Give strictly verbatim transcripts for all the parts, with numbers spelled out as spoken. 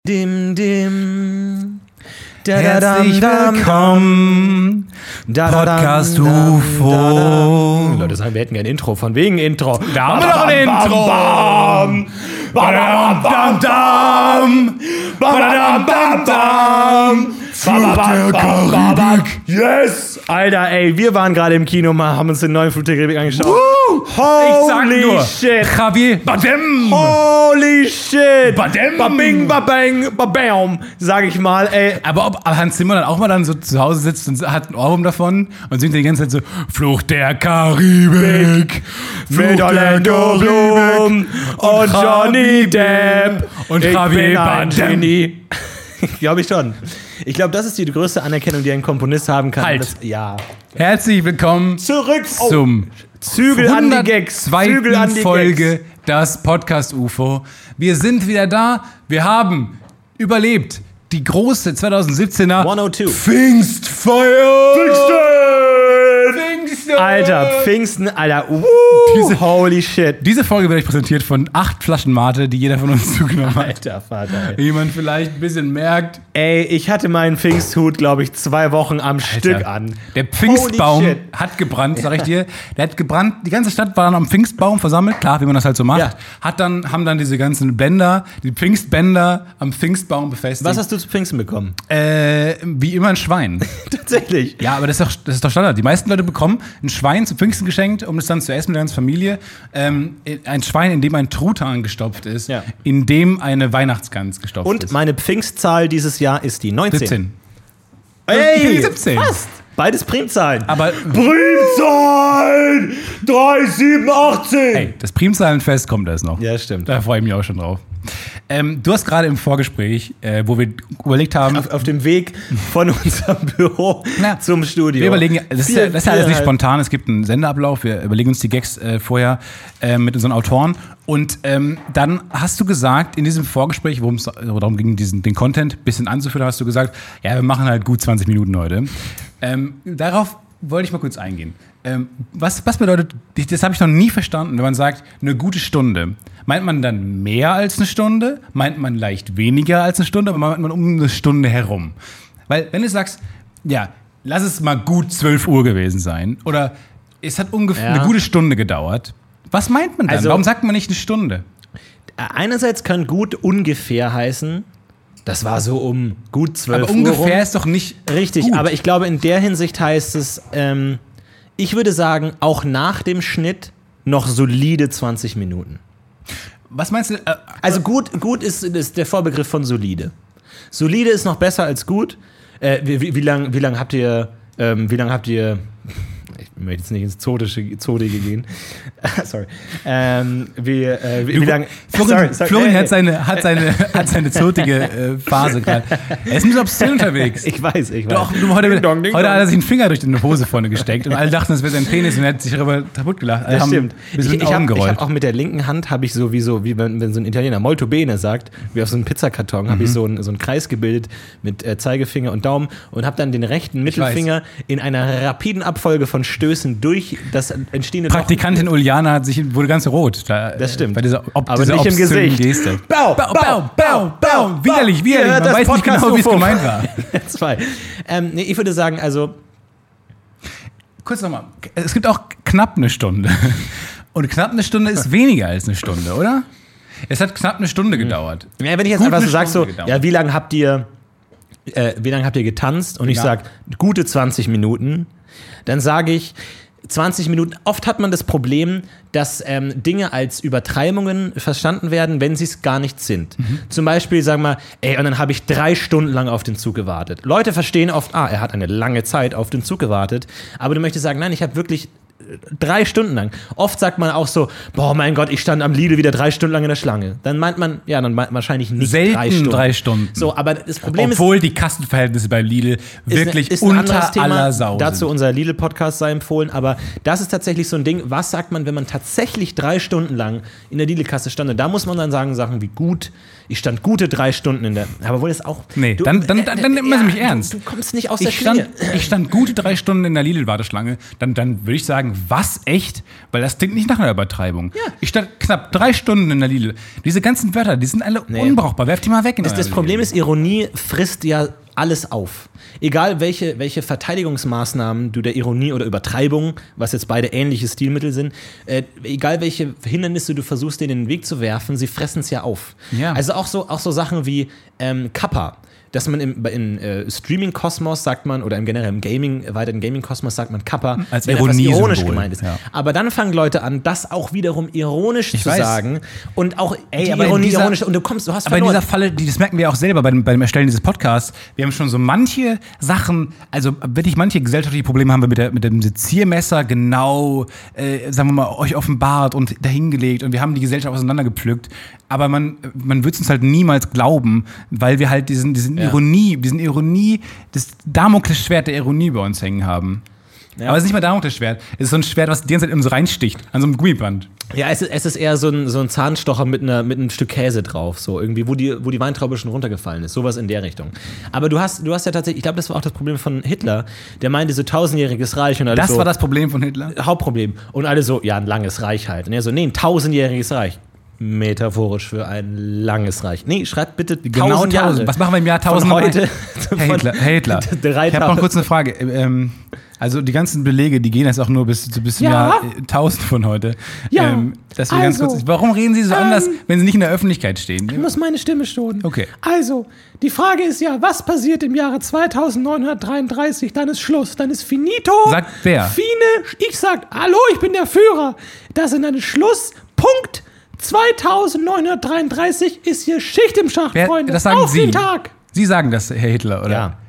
Dim, dim. Da, Herzlich da, willkommen, da, da, Podcast da, da, U F O. Da, da, da. Leute sagen, wir hätten gerne ein Intro, von wegen Intro. Da haben wir doch ein Intro. Bam, bam, bam, bam, bam, bam, bam. Fluch der Karibik. Yes! Alter, ey, wir waren gerade im Kino, mal, haben uns den neuen Fluch der Karibik angeschaut. Woo. Holy nur, shit! Javier Bardem! Holy shit! Bardem! Babing, babang, babam, sag ich mal, ey. Aber ob Hans Zimmer dann auch mal dann so zu Hause sitzt und hat ein Ohrwurm davon und singt die ganze Zeit so Fluch der Karibik, Fluch der Karibik und Johnny Depp und Javier Bardem. Glaube ich schon. Ich glaube, das ist die größte Anerkennung, die ein Komponist haben kann. Halt. Das, ja. Herzlich willkommen zurück zum oh. Zügel an die Gags. Zügel an die Folge Gags. Das Podcast U F O. Wir sind wieder da. Wir haben überlebt die große zwanzig siebzehner hundertzwei Pfingstfeier. Pfingsten! Pfingsten! Alter, Pfingsten, Alter. Uh, diese, holy shit. Diese Folge wird euch präsentiert von acht Flaschen Mate, die jeder von uns zugenommen hat. Alter Vater. Wie man vielleicht ein bisschen merkt. Ey, ich hatte meinen Pfingsthut, glaube ich, zwei Wochen am Alter. Stück an. Der Pfingstbaum hat gebrannt, sag ich dir. Der hat gebrannt. Die ganze Stadt war dann am Pfingstbaum versammelt. Klar, wie man das halt so macht. Ja. Hat dann, haben dann diese ganzen Bänder, die Pfingstbänder am Pfingstbaum befestigt. Was hast du zu Pfingsten bekommen? Äh, wie immer ein Schwein. Tatsächlich? Ja, aber das ist, doch, das ist doch Standard. Die meisten Leute bekommen ein Schwein zu Pfingsten geschenkt, um es dann zu essen mit der ganzen Familie. Ähm, ein Schwein, in dem ein Truthahn gestopft ist, ja. In dem eine Weihnachtsgans gestopft Und ist. Und meine Pfingstzahl dieses Jahr ist die neunzehn. siebzehn. Ey, siebzehn. Fast. Beides Primzahlen. Aber Primzahlen! drei, sieben, achtzehn! Hey, das Primzahlenfest kommt erst noch. Ja, stimmt. Da freue ich mich auch schon drauf. Ähm, du hast gerade im Vorgespräch, äh, wo wir überlegt haben... Auf, auf dem Weg von unserem Büro Na, zum Studio. Wir überlegen, das ist, viel, ja, das ist ja alles nicht halt. spontan, es gibt einen Sendeablauf, wir überlegen uns die Gags äh, vorher äh, mit unseren Autoren und ähm, dann hast du gesagt, in diesem Vorgespräch, worum es darum ging, diesen, den Content ein bisschen anzuführen, hast du gesagt, ja, wir machen halt gut zwanzig Minuten heute. Ähm, darauf wollte ich mal kurz eingehen. Ähm, was, was bedeutet, das habe ich noch nie verstanden, wenn man sagt, eine gute Stunde. Meint man dann mehr als eine Stunde? Meint man leicht weniger als eine Stunde? Oder meint man um eine Stunde herum? Weil, wenn du sagst, ja, lass es mal gut zwölf Uhr gewesen sein oder es hat ungefähr ja. eine gute Stunde gedauert, was meint man dann? Also, warum sagt man nicht eine Stunde? Einerseits kann gut ungefähr heißen, das war so um gut zwölf Uhr. Aber ungefähr rum. Ist doch nicht richtig, gut. Aber ich glaube, in der Hinsicht heißt es, ähm, ich würde sagen, auch nach dem Schnitt noch solide zwanzig Minuten. Was meinst du? Äh, also gut, gut ist, ist der Vorbegriff von solide. Solide ist noch besser als gut. Äh, wie wie, wie lange wie lang habt ihr, ähm, wie lange habt ihr, ich möchte jetzt nicht ins Zotische, Zotige gehen. Sorry. Ähm, wie äh, wie, wie lange? Florian, Florian hat seine, hat seine, hat seine zotige äh, Phase gerade. Er ist ein bisschen obszön unterwegs. Ich weiß, ich weiß. Doch, du, heute, ding dong, ding heute dong. hat er sich einen Finger durch die Hose vorne gesteckt und alle dachten, das wäre sein Penis und er hat sich darüber kaputt gelacht. Alle das haben, stimmt. Wir sind ich ich habe hab auch mit der linken Hand, habe ich so wie so, wie wenn, wenn so ein Italiener Molto Bene sagt, wie auf so einem Pizzakarton, habe mhm. ich so, ein, so einen Kreis gebildet mit äh, Zeigefinger und Daumen und habe dann den rechten Mittelfinger in einer rapiden Abfolge von Stößen durch das entstehende Praktikantin Loch. Uliana hat sich, wurde ganz rot. Da, das stimmt. Bei dieser, ob, aber dieser nicht im Gesicht. Geste. Bau, bau, bau, bau, bau. Widerlich, widerlich. Man weiß nicht genau, wie es gemeint war. Zwei. Ähm, nee, ich würde sagen, also... Kurz nochmal. Es gibt auch knapp eine Stunde. Und knapp eine Stunde ist weniger als eine Stunde, oder? Es hat knapp eine Stunde gedauert. Ja, wenn ich jetzt Gut einfach so sage, so, gedauert. ja, wie lange habt ihr... Äh, wie lange habt ihr getanzt? Und ich ja. sage, gute zwanzig Minuten. Dann sage ich, zwanzig Minuten. Oft hat man das Problem, dass ähm, Dinge als Übertreibungen verstanden werden, wenn sie es gar nicht sind. Mhm. Zum Beispiel sagen wir, ey, und dann habe ich drei Stunden lang auf den Zug gewartet. Leute verstehen oft, ah, er hat eine lange Zeit auf den Zug gewartet. Aber du möchtest sagen, nein, ich habe wirklich drei Stunden lang. Oft sagt man auch so, boah, mein Gott, ich stand am Lidl wieder drei Stunden lang in der Schlange. Dann meint man, ja, dann meint man wahrscheinlich nicht Selten drei Stunden. drei Stunden. So, aber das Problem ist, obwohl die Kassenverhältnisse bei Lidl wirklich ist, ist unter Thema. aller Sau sind. Dazu unser Lidl-Podcast sei empfohlen, aber das ist tatsächlich so ein Ding, was sagt man, wenn man tatsächlich drei Stunden lang in der Lidl-Kasse stand? Und da muss man dann sagen, Sachen wie gut, ich stand gute drei Stunden in der, aber wohl das auch... Nee, du, dann, dann, dann, dann nimmt man ja, mich ernst. Du, du kommst nicht aus ich der Schlinge. Stand, ich stand gute drei Stunden in der Lidl-Warteschlange, dann, dann würde ich sagen, was, echt? Weil das klingt nicht nach einer Übertreibung. Ja. Ich stand knapp drei Stunden in der Lidl. Diese ganzen Wörter, die sind alle nee. unbrauchbar. Werft die mal weg in Das, das Problem ist, Ironie frisst ja alles auf. Egal welche, welche Verteidigungsmaßnahmen du der Ironie oder Übertreibung, was jetzt beide ähnliche Stilmittel sind, äh, egal welche Hindernisse du versuchst, denen in den Weg zu werfen, sie fressen es ja auf. Ja. Also auch so, auch so Sachen wie ähm, Kappa. Dass man im in, äh, Streaming-Kosmos sagt man, oder im generellen Gaming, weiteren Gaming-Kosmos sagt man Kappa, als wenn etwas ironisch Symbol. gemeint ist. Ja. Aber dann fangen Leute an, das auch wiederum ironisch ich zu weiß. sagen und auch Ey, die aber Ironie dieser, ironisch und du kommst, du hast aber verloren. in dieser Falle, die, das merken wir auch selber bei dem, bei dem Erstellen dieses Podcasts, wir haben schon so manche Sachen, also wirklich manche gesellschaftliche Probleme haben wir mit, der, mit dem Seziermesser genau, äh, sagen wir mal, euch offenbart und dahingelegt und wir haben die Gesellschaft auseinandergepflückt, aber man, man wird es uns halt niemals glauben, weil wir halt diesen, diesen Ja. Ironie, diesen Ironie, das Damoklesschwert der Ironie bei uns hängen haben. Ja. Aber es ist nicht mal Damoklesschwert, es ist so ein Schwert, was die ganze Zeit in uns reinsticht, an so einem Gummiband. Ja, es ist, es ist eher so ein, so ein Zahnstocher mit, einer, mit einem Stück Käse drauf, so irgendwie, wo die, wo die Weintraube schon runtergefallen ist, sowas in der Richtung. Aber du hast, du hast ja tatsächlich, ich glaube, das war auch das Problem von Hitler, der meinte so tausendjähriges Reich und alles Das so, war das Problem von Hitler? Hauptproblem. Und alle so, ja, ein langes Reich halt. Und er so, nee, ein tausendjähriges Reich. Metaphorisch für ein langes Reich. Nee, schreibt bitte Genau tausend Jahre. tausend. Was machen wir im Jahr tausend? Von heute. Herr Hitler, Herr Hitler. Ich habe noch kurz eine Frage. Ähm, also die ganzen Belege, die gehen jetzt auch nur bis, bis zum Ja. Jahr tausend von heute. Ja, Ähm, dass wir also, ganz kurz, warum reden Sie so ähm, anders, wenn Sie nicht in der Öffentlichkeit stehen? Ich muss meine Stimme schonen. Okay. Also, die Frage ist ja, was passiert im Jahre zweitausendneunhundertdreiunddreißig? Dann ist Schluss, dann ist finito. Sagt wer? Fine, ich sag, hallo, ich bin der Führer. Das ist ein Schluss, Punkt. zweitausendneunhundertdreiunddreißig ist hier Schicht im Schacht, Wer, Freunde. das sagen Auf Sie. den Tag. Sie sagen das, Herr Hitler, oder? Ja.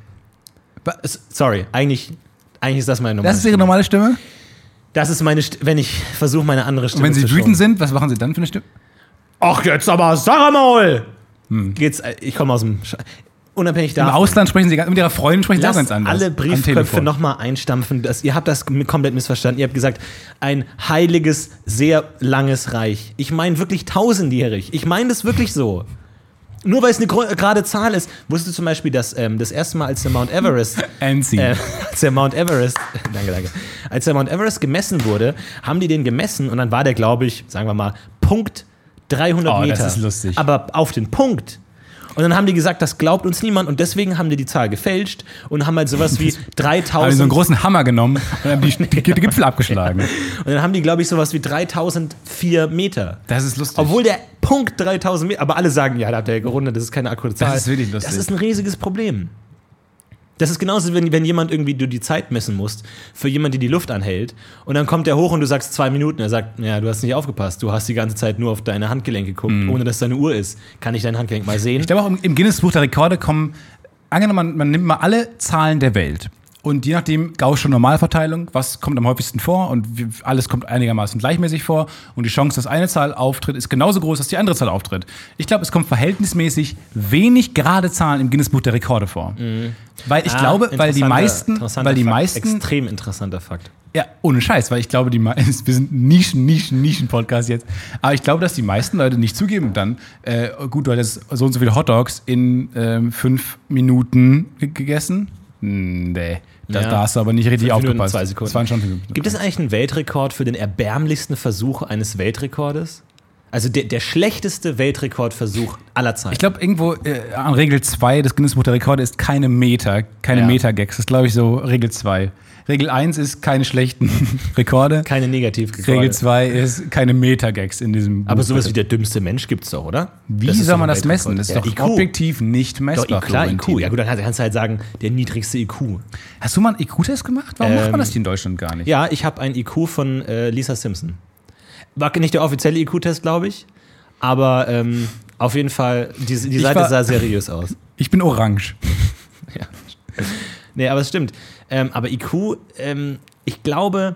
Es- Sorry, eigentlich, eigentlich ist das meine normale Das ist Ihre normale Stimme? Das ist meine St- wenn ich versuche, meine andere Und Stimme wenn Sie zu wütend schonen. sind, was machen Sie dann für eine Stimme? Ach, jetzt aber, sag mal! Hm. Geht's, ich komme aus dem... Sch Unabhängig Im davon. Ausland sprechen Sie, mit Ihrer Freundin sprechen Sie auch Lasst ganz anders. alle Am Briefköpfe Telefon. nochmal einstampfen. Das, ihr habt das komplett missverstanden. Ihr habt gesagt, ein heiliges, sehr langes Reich. Ich meine wirklich tausendjährig. Ich meine das wirklich so. Nur weil es eine gro- gerade Zahl ist. Wusstest du zum Beispiel, dass ähm, das erste Mal, als der Mount Everest... Anzi. äh, als der Mount Everest... danke, danke. Als der Mount Everest gemessen wurde, haben die den gemessen und dann war der, glaube ich, sagen wir mal, Punkt dreihundert Oh, das Meter. ist lustig. Aber auf den Punkt. Und dann haben die gesagt, das glaubt uns niemand und deswegen haben die die Zahl gefälscht und haben halt sowas wie Haben die dreitausend. so einen großen Hammer genommen und haben die, die, die Gipfel abgeschlagen. Und dann haben die, glaube ich, sowas wie dreitausendvier Meter. Das ist lustig. Obwohl der Punkt dreitausend Meter, aber alle sagen, ja, da habt ihr ja gerundet, das ist keine akkurate Zahl. Das ist wirklich lustig. Das ist ein riesiges Problem. Das ist genauso, wenn, wenn jemand irgendwie du die Zeit messen musst, für jemanden, der die Luft anhält, und dann kommt der hoch und du sagst zwei Minuten. Er sagt, ja, du hast nicht aufgepasst, du hast die ganze Zeit nur auf deine Handgelenk geguckt, Mhm. ohne dass deine Uhr ist. Kann ich dein Handgelenk mal sehen? Ich glaube auch im, im Guinness-Buch der Rekorde kommen, angenommen, man, man nimmt mal alle Zahlen der Welt und je nachdem Gaußsche Normalverteilung, was kommt am häufigsten vor und wie, alles kommt einigermaßen gleichmäßig vor und die Chance, dass eine Zahl auftritt, ist genauso groß, dass die andere Zahl auftritt. Ich glaube, es kommt verhältnismäßig wenig gerade Zahlen im Guinness-Buch der Rekorde vor. Mhm. Weil ich Ah, glaube, weil die interessanter- meisten, interessanter weil die Fakt. meisten, Extrem interessanter Fakt. ja, ohne Scheiß, weil ich glaube, die meisten, wir sind Nischen, Nischen, Nischen-Podcast jetzt, aber ich glaube, dass die meisten Leute nicht zugeben dann, äh, gut, du hattest so und so viele Hotdogs in ähm, fünf Minuten ge- gegessen. Hm, Nee, das, Ja. da hast du aber nicht richtig Fünf Minuten, aufgepasst. zwei Sekunden. Das waren schon fünf Minuten. Gibt es eigentlich einen Weltrekord für den erbärmlichsten Versuch eines Weltrekordes? Also der, der schlechteste Weltrekordversuch aller Zeiten. Ich glaube, irgendwo äh, an Regel zwei des Guinness-Buch der Rekorde ist keine Meter, keine Ja. Meta-Gags. Das ist, glaube ich, so Regel zwei. Regel eins ist keine schlechten Rekorde. Keine Negativrekorde. Regel zwei ist keine Meta-Gags in diesem Aber Buch. sowas wie der dümmste Mensch gibt's doch, oder? Wie Das ist soll doch man ein das messen? Weltrekord. Das ist Ja, doch I Q. objektiv nicht Doch, messbar. I, klar, I Q. Florentin. Ja gut, dann kannst, kannst du halt sagen, der niedrigste I Q. Hast du mal einen I Q-Test gemacht? Warum macht Ähm, man das hier in Deutschland gar nicht? Ja, ich habe ein I Q von äh, Lisa Simpson. War nicht der offizielle I Q-Test, glaube ich. Aber ähm, auf jeden Fall, die, die Ich Seite war- sah seriös aus. Ich bin orange. Ja. Nee, aber es stimmt. Ähm, aber I Q, ähm, ich glaube,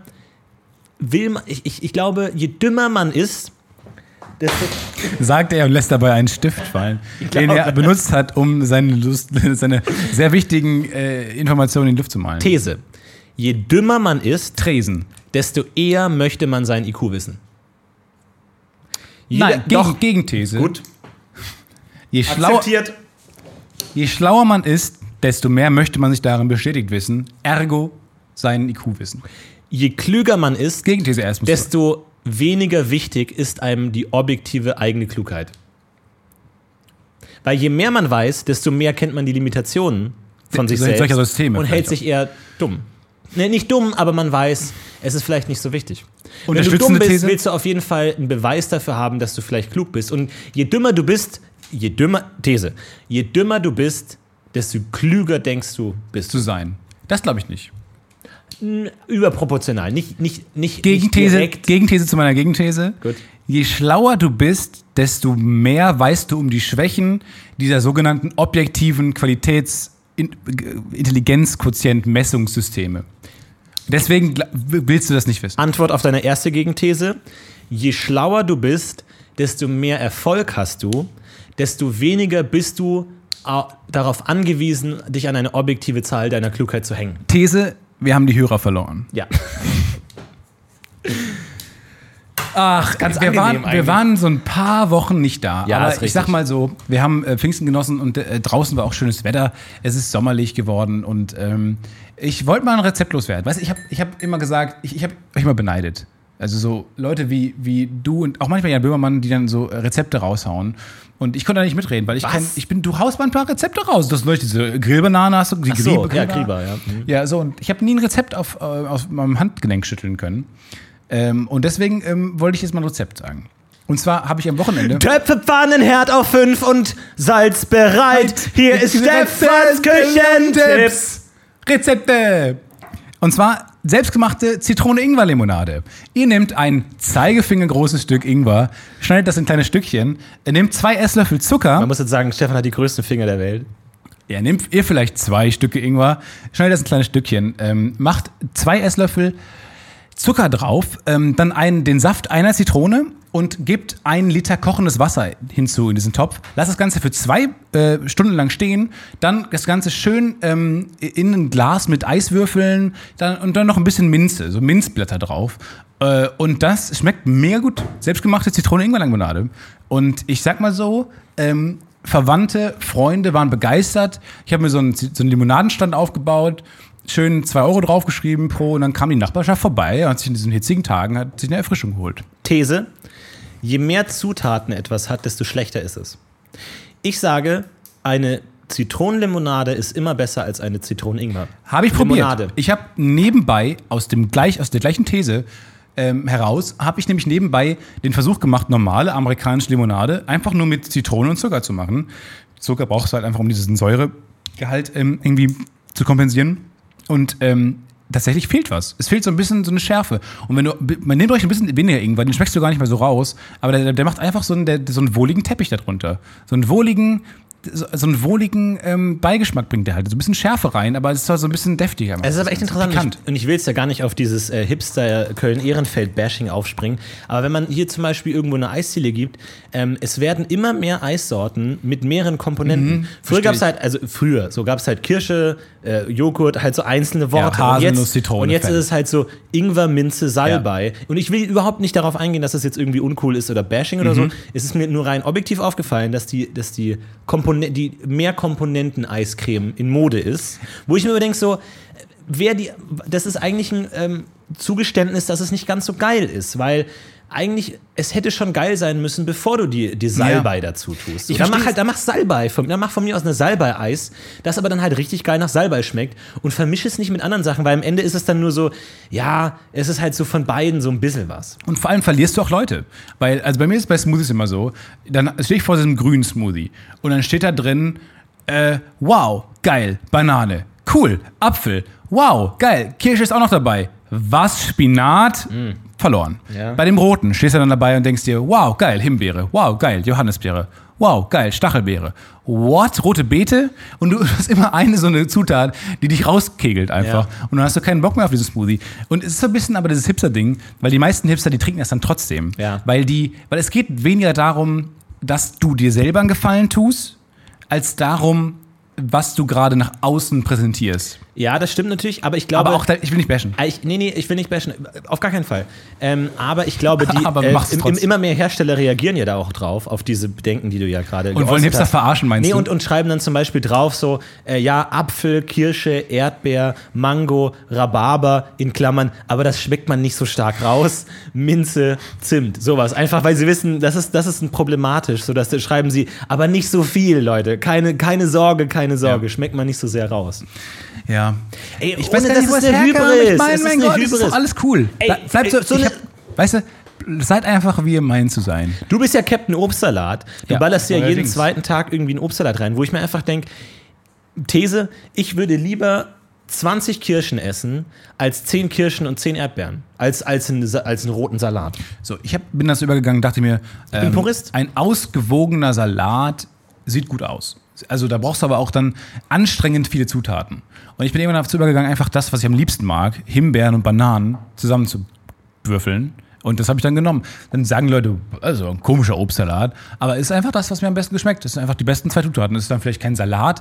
will man, ich, ich, ich glaube, je dümmer man ist, desto. Sagt er und lässt dabei einen Stift fallen, den glaube- er benutzt hat, um seine, Lust, seine sehr wichtigen äh, Informationen in die Luft zu malen. These. Je dümmer man ist, Tresen. desto eher möchte man sein I Q wissen. Jeder- Nein, gegen, Gegenthese. Gut. Je schlauer, Akzeptiert. je schlauer man ist, desto mehr möchte man sich darin bestätigt wissen. Ergo seinen I Q wissen. je klüger man ist, Gegenthese erst. desto weniger wichtig ist einem die objektive eigene Klugheit. Weil je mehr man weiß, desto mehr kennt man die Limitationen von sich selbst Systeme und hält sich eher dumm. Nee, nicht dumm, aber man weiß, es ist vielleicht nicht so wichtig. Wenn du dumm bist, These? willst du auf jeden Fall einen Beweis dafür haben, dass du vielleicht klug bist. Und je dümmer du bist, je dümmer, These, je dümmer du bist, desto klüger denkst du bist. Zu sein. Das glaube ich nicht. Überproportional, nicht, nicht, nicht, Gegenthese, nicht direkt. Gegenthese zu meiner Gegenthese. Gut. Je schlauer du bist, desto mehr weißt du um die Schwächen dieser sogenannten objektiven Qualitäts-Intelligenzquotient-Messungssysteme. Deswegen willst du das nicht wissen. Antwort auf deine erste Gegenthese. Je schlauer du bist, desto mehr Erfolg hast du, desto weniger bist du darauf angewiesen, dich an eine objektive Zahl deiner Klugheit zu hängen. These, wir haben die Hörer verloren. Ja. Ach, ganz wir, angenehm waren, wir waren so ein paar Wochen nicht da. Ja, aber ist ich sag richtig. mal so, wir haben äh, Pfingsten genossen und äh, draußen war auch schönes Wetter. Es ist sommerlich geworden und ähm, ich wollte mal ein Rezept loswerden. Weißt du, ich habe ich hab immer gesagt, ich, ich habe euch immer beneidet. Also so Leute wie, wie du und auch manchmal Jan Böhmermann, die dann so Rezepte raushauen. Und ich konnte da nicht mitreden, weil ich Was? kein, ich bin, du haust mal ein paar Rezepte raus. Das ist diese Grillbanane hast du, die Ach so, Griebe, ja, Grieber, ja. Mhm. Ja, so, und ich habe nie ein Rezept auf, äh, auf meinem Handgelenk schütteln können. Ähm, und deswegen ähm, wollte ich jetzt mal ein Rezept sagen. Und zwar habe ich am Wochenende... Töpfe, Pfannen, Herd auf fünf und Salz bereit. Hier ist Stefans Küchentipps. Rezepte! Und zwar selbstgemachte Zitrone-Ingwer-Limonade. Ihr nehmt ein zeigefingergroßes Stück Ingwer, schneidet das in kleine Stückchen, ihr nehmt zwei Esslöffel Zucker. Man muss jetzt sagen, Stefan hat die größten Finger der Welt. Ja, nehmt ihr vielleicht zwei Stücke Ingwer, schneidet das in kleine Stückchen, ähm, macht zwei Esslöffel Zucker drauf, ähm, dann einen, den Saft einer Zitrone und gebt einen Liter kochendes Wasser hinzu in diesen Topf. Lasst das Ganze für zwei äh, Stunden lang stehen, dann das Ganze schön ähm, in ein Glas mit Eiswürfeln dann, und dann noch ein bisschen Minze, so Minzblätter drauf. Äh, und das schmeckt mega gut. Selbstgemachte Zitrone-Ingwer-Limonade. Und ich sag mal so, ähm, Verwandte, Freunde waren begeistert. Ich habe mir so einen, so einen Limonadenstand aufgebaut, schön zwei Euro draufgeschrieben pro und dann kam die Nachbarschaft vorbei und hat sich in diesen hitzigen Tagen hat sich eine Erfrischung geholt. These: Je mehr Zutaten etwas hat, desto schlechter ist es. Ich sage, eine Zitronenlimonade ist immer besser als eine Zitronen-Ingwer. Habe ich Limonade. probiert. Ich habe nebenbei aus, dem gleich, aus der gleichen These ähm, heraus, habe ich nämlich nebenbei den Versuch gemacht, normale amerikanische Limonade einfach nur mit Zitrone und Zucker zu machen. Zucker brauchst du halt einfach, um diesen Säuregehalt ähm, irgendwie zu kompensieren. Und ähm, tatsächlich fehlt was. Es fehlt so ein bisschen so eine Schärfe. Und wenn du, man nimmt euch ein bisschen weniger Ingwer, den schmeckst du gar nicht mehr so raus, aber der, der macht einfach so einen, der, so einen wohligen Teppich darunter. So einen wohligen, so, so einen wohligen ähm, Beigeschmack bringt der halt. So ein bisschen Schärfe rein, aber es ist halt so ein bisschen deftiger. Es ist aber echt interessant. Pikant. Und ich will jetzt ja gar nicht auf dieses äh, Hipster-Köln-Ehrenfeld-Bashing aufspringen. Aber wenn man hier zum Beispiel irgendwo eine Eisdiele gibt, ähm, es werden immer mehr Eissorten mit mehreren Komponenten. Mhm, früher gab es halt, also früher, so gab es halt Kirsche, äh, Joghurt, halt so einzelne Worte. Ja, Haselnuss, und jetzt, Zitrone, und jetzt Fan. ist es halt so Ingwer, Minze, Salbei. Ja. Und ich will überhaupt nicht darauf eingehen, dass das jetzt irgendwie uncool ist oder Bashing oder Mhm. so. Es ist mir nur rein objektiv aufgefallen, dass die, dass die Komponenten, die mehr Komponenten-Eiscreme in Mode ist, wo ich mir überdenke, so, wer die, das ist eigentlich ein ähm, Zugeständnis, dass es nicht ganz so geil ist, weil eigentlich, es hätte schon geil sein müssen, bevor du die, die Salbei Ja. dazu tust. So, Ich dann mach versteh's. halt, dann mach Salbei, von, dann mach von mir aus eine Salbei-Eis, das aber dann halt richtig geil nach Salbei schmeckt und vermisch es nicht mit anderen Sachen, weil am Ende ist es dann nur so, ja, es ist halt so von beiden so ein bisschen was. Und vor allem verlierst du auch Leute. Weil, also bei mir ist es bei Smoothies immer so, dann stehe ich vor diesem grünen Smoothie und dann steht da drin, äh, wow, geil, Banane, cool, Apfel, wow, geil, Kirsche ist auch noch dabei. Was, Spinat? Mm. Verloren. Ja. Bei dem roten stehst du dann dabei und denkst dir, wow, geil, Himbeere, wow, geil, Johannisbeere, wow, geil, Stachelbeere. What? Rote Beete? Und du hast immer eine so eine Zutat, die dich rauskegelt einfach. Ja. Und dann hast du keinen Bock mehr auf diesen Smoothie. Und es ist so ein bisschen aber dieses Hipster-Ding, weil die meisten Hipster, die trinken das dann trotzdem. Ja. Weil die, weil es geht weniger darum, dass du dir selber einen Gefallen tust, als darum, was du gerade nach außen präsentierst. Ja, das stimmt natürlich, aber ich glaube... Aber auch, da, ich will nicht bashen. Ich, nee, nee, ich will nicht bashen, auf gar keinen Fall. Ähm, aber ich glaube, die, aber äh, mach's im, im, immer mehr Hersteller reagieren ja da auch drauf, auf diese Bedenken, die du ja gerade Und wollen Hipster verarschen, meinst nee, du? Und, und schreiben dann zum Beispiel drauf so, äh, ja, Apfel, Kirsche, Erdbeer, Mango, Rhabarber, in Klammern, aber das schmeckt man nicht so stark raus, Minze, Zimt, sowas. Einfach, weil sie wissen, das ist, das ist ein problematisch, so dass schreiben sie, aber nicht so viel, Leute, keine, keine Sorge, keine Sorge, ja. Schmeckt man nicht so sehr raus. Ja. Ey, ich weiß nicht, das ist eine Hybris. Ich meine, mein Gott, das ist doch alles cool. Ey, Bleib so, ey, so ich eine, hab, weißt du, seid einfach, wie ihr meint zu sein. Du bist ja Captain Obstsalat. Du ja, ballerst ja allerdings. jeden zweiten Tag irgendwie einen Obstsalat rein, wo ich mir einfach denke, These, ich würde lieber zwanzig Kirschen essen, als zehn Kirschen und zehn Erdbeeren. Als, als, einen, als einen roten Salat. So, ich hab, bin das übergegangen, dachte mir, ähm, Purist. Ein ausgewogener Salat sieht gut aus. Also da brauchst du aber auch dann anstrengend viele Zutaten. Und ich bin irgendwann dazu übergegangen, einfach das, was ich am liebsten mag, Himbeeren und Bananen, zusammenzuwürfeln. Und das habe ich dann genommen. Dann sagen Leute, also ein komischer Obstsalat. Aber es ist einfach das, was mir am besten geschmeckt. Das sind einfach die besten zwei Zutaten. Das ist dann vielleicht kein Salat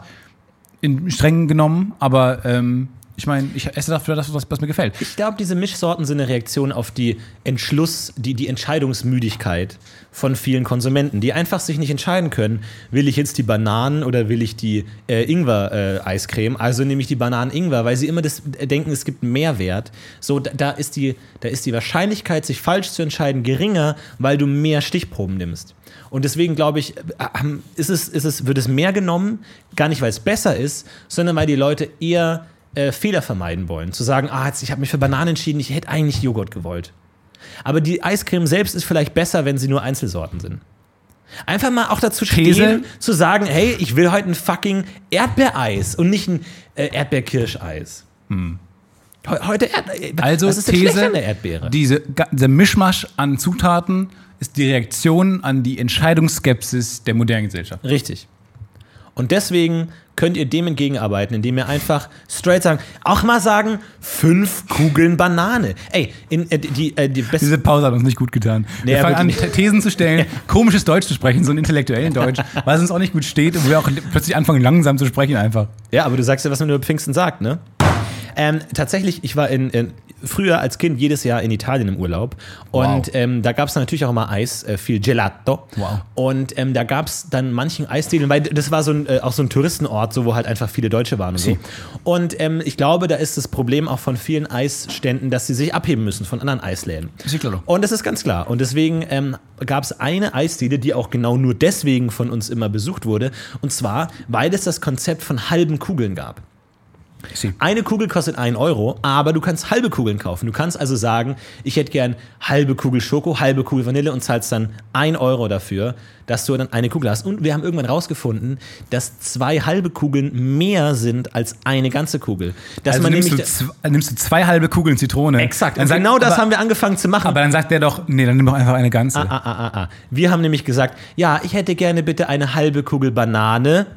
in streng genommen, aber ähm, ich meine, ich esse dafür das, was, was mir gefällt. Ich glaube, diese Mischsorten sind eine Reaktion auf die Entschluss, die, die Entscheidungsmüdigkeit von vielen Konsumenten, die einfach sich nicht entscheiden können, will ich jetzt die Bananen oder will ich die äh, Ingwer-Eiscreme, äh, also nehme ich die Bananen-Ingwer, weil sie immer das äh, denken, es gibt Mehrwert. So, da, da, ist die, da ist die Wahrscheinlichkeit, sich falsch zu entscheiden, geringer, weil du mehr Stichproben nimmst. Und deswegen glaube ich, ist es, ist es, wird es mehr genommen, gar nicht, weil es besser ist, sondern weil die Leute eher Äh, Fehler vermeiden wollen. Zu sagen, ah, jetzt, ich habe mich für Bananen entschieden, ich hätte eigentlich Joghurt gewollt. Aber die Eiscreme selbst ist vielleicht besser, wenn sie nur Einzelsorten sind. Einfach mal auch dazu stehen, These. zu sagen, hey, ich will heute ein fucking Erdbeereis und nicht ein äh, Erdbeerkirscheis. Hm. He- heute Erdbeere. Also Was ist denn These, schlecht an der Erdbeere? Diese, dieser Mischmasch an Zutaten ist die Reaktion an die Entscheidungsskepsis der modernen Gesellschaft. Richtig. Und deswegen könnt ihr dem entgegenarbeiten, indem ihr einfach straight sagen, auch mal sagen, fünf Kugeln Banane. Ey, in, äh, die, äh, die beste... Diese Pause hat uns nicht gut getan. Nee, wir fangen an, wirklich. Thesen zu stellen, komisches Deutsch zu sprechen, so ein intellektuellen Deutsch, weil es uns auch nicht gut steht und wir auch plötzlich anfangen, langsam zu sprechen einfach. Ja, aber du sagst ja, was man über Pfingsten sagt, ne? Ähm, tatsächlich, ich war in, in, früher als Kind jedes Jahr in Italien im Urlaub und Wow. ähm, da gab es natürlich auch immer Eis, äh, viel Gelato. Wow. Und ähm, da gab es dann manchen Eisdielen, weil das war so ein, äh, auch so ein Touristenort, so, wo halt einfach viele Deutsche waren und so. Sie. Und ähm, ich glaube, da ist das Problem auch von vielen Eisständen, dass sie sich abheben müssen von anderen Eisläden. Ist klar. Und das ist ganz klar. Und deswegen ähm, gab es eine Eisdiele, die auch genau nur deswegen von uns immer besucht wurde. Und zwar, weil es das Konzept von halben Kugeln gab. Sie. Eine Kugel kostet ein Euro, aber du kannst halbe Kugeln kaufen. Du kannst also sagen, ich hätte gern halbe Kugel Schoko, halbe Kugel Vanille und zahlst dann ein Euro dafür, dass du dann eine Kugel hast. Und wir haben irgendwann rausgefunden, dass zwei halbe Kugeln mehr sind als eine ganze Kugel. Dass Also man nimmst, du nämlich zwei, nimmst du zwei halbe Kugeln Zitrone. Exakt. Dann Und sagt, genau das aber, haben wir angefangen zu machen. Aber dann sagt der doch, nee, dann nimm doch einfach eine ganze. Ah, ah, ah, ah, ah. Wir haben nämlich gesagt, ja, ich hätte gerne bitte eine halbe Kugel Banane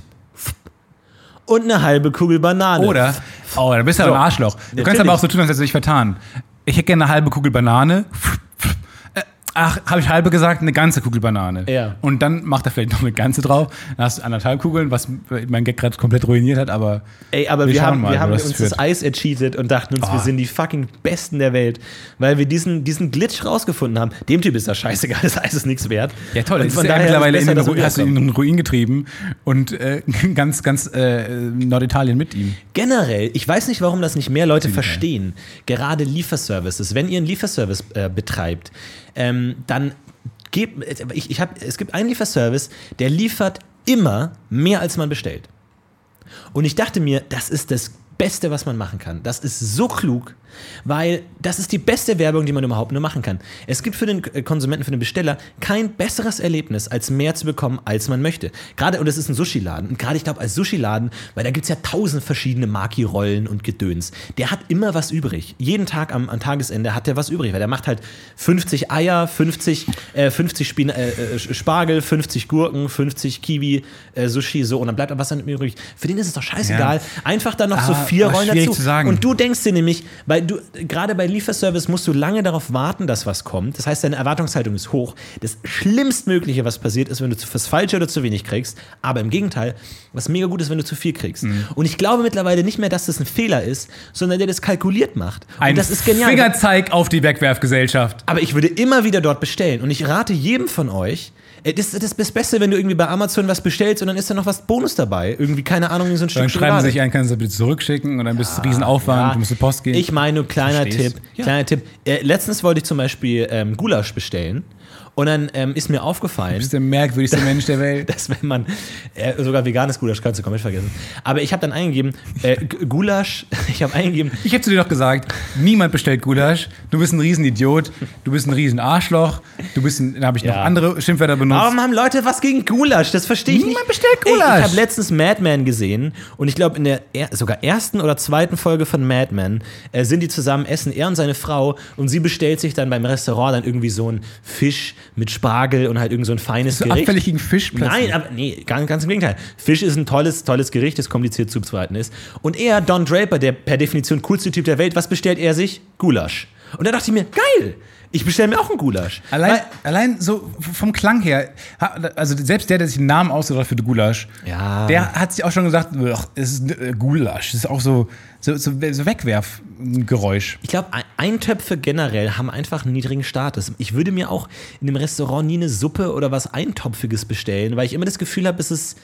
und eine halbe Kugel Banane. Oder, oh, da bist du aber So. ein Arschloch. Du Natürlich. kannst aber auch so tun, als hättest du dich vertan. Ich hätte gerne eine halbe Kugel Banane. Äh, Ach, habe ich halbe gesagt? Eine ganze Kugel Banane. Ja. Und dann macht er vielleicht noch eine ganze drauf. Dann hast du anderthalb Kugeln, was mein Gag gerade komplett ruiniert hat, aber. Ey, aber Wir wir, schauen haben, mal, wir wo haben das uns führt. das Eis ercheatet und dachten uns, Oh. wir sind die fucking Besten der Welt, weil wir diesen, diesen Glitch rausgefunden haben. Dem Typ ist das scheißegal, das Eis ist nichts wert. Ja, toll. Und Das von ist ja daher mittlerweile ist in besser, den, dass Ru- wir hast du ihn in wiederkommen. den Ruin getrieben und äh, ganz, ganz äh, Norditalien mit ihm. Generell, ich weiß nicht, warum das nicht mehr Leute Ziemlich verstehen. Gerade Lieferservices. Wenn ihr einen Lieferservice äh, betreibt, ähm, dann gebt, ich, ich hab, es gibt einen Lieferservice, der liefert immer mehr, als man bestellt. Und ich dachte mir, das ist das Beste, was man machen kann. Das ist so klug, weil das ist die beste Werbung, die man überhaupt nur machen kann. Es gibt für den Konsumenten, für den Besteller kein besseres Erlebnis, als mehr zu bekommen, als man möchte. Gerade, und es ist ein Sushi-Laden. Und gerade, ich glaube, als Sushi-Laden, weil da gibt es ja tausend verschiedene Maki-Rollen und Gedöns. Der hat immer was übrig. Jeden Tag am, am Tagesende hat der was übrig, weil der macht halt fünfzig Eier, fünfzig, äh, fünfzig Spin- äh, Spargel, fünfzig Gurken, fünfzig Kiwi, äh, Sushi, so. Und dann bleibt da was dann übrig. Für den ist es doch scheißegal. Ja. Einfach dann noch so Ah, vier aber Rollen schwierig dazu. zu sagen. Und du denkst dir nämlich, weil weil du, gerade bei Lieferservice musst du lange darauf warten, dass was kommt. Das heißt, deine Erwartungshaltung ist hoch. Das Schlimmstmögliche, was passiert, ist, wenn du fürs Falsche oder zu wenig kriegst. Aber im Gegenteil, was mega gut ist, wenn du zu viel kriegst. Mhm. Und ich glaube mittlerweile nicht mehr, dass das ein Fehler ist, sondern der das kalkuliert macht. Und ein das ist genial. Fingerzeig auf die Wegwerfgesellschaft. Aber ich würde immer wieder dort bestellen. Und ich rate jedem von euch, das, das ist das Beste, wenn du irgendwie bei Amazon was bestellst und dann ist da noch was Bonus dabei. Irgendwie, keine Ahnung, so ein Stück Dann schreiben sie sich ein, kannst du bitte zurückschicken und dann bist du ja, Riesenaufwand, ja. du musst zur Post gehen. Ich meine, kleiner Verstehst? Tipp, Ja. kleiner Tipp. Äh, letztens wollte ich zum Beispiel ähm, Gulasch bestellen. Und dann ähm, ist mir aufgefallen. Du bist der merkwürdigste Mensch der Welt. Dass wenn man, äh, sogar veganes Gulasch kannst du komplett vergessen. Aber ich habe dann eingegeben, äh, Gulasch, ich habe eingegeben. Ich habe zu dir doch gesagt, niemand bestellt Gulasch. Du bist ein Riesenidiot, du bist ein Riesenarschloch, du bist ein, da habe ich Ja. noch andere Schimpfwörter benutzt. Warum haben Leute was gegen Gulasch? Das verstehe ich nicht. Niemand bestellt Ey, Gulasch. ich habe letztens Mad Men gesehen und ich glaube in der er- sogar ersten oder zweiten Folge von Mad Men äh, sind die zusammen essen, er und seine Frau, und sie bestellt sich dann beim Restaurant dann irgendwie so einen Fisch mit Spargel und halt irgend so ein feines so Gericht. abfällig gegen Fisch plötzlich. Nein, aber nee, ganz, ganz im Gegenteil. Fisch ist ein tolles, tolles Gericht, das kompliziert zuzubereiten ist. Und er, Don Draper, der per Definition coolste Typ der Welt, was bestellt er sich? Gulasch. Und da dachte ich mir, geil, ich bestelle mir auch einen Gulasch. Allein, Weil, allein so vom Klang her, also selbst der, der sich einen Namen ausgedacht hat für die Gulasch, Ja. der hat sich auch schon gesagt, ach, es ist äh, Gulasch. Das ist auch so, so, so, so Wegwerfgeräusch. ich glaube, Eintöpfe generell haben einfach einen niedrigen Status. Ich würde mir auch in einem Restaurant nie eine Suppe oder was Eintopfiges bestellen, weil ich immer das Gefühl habe, es ist,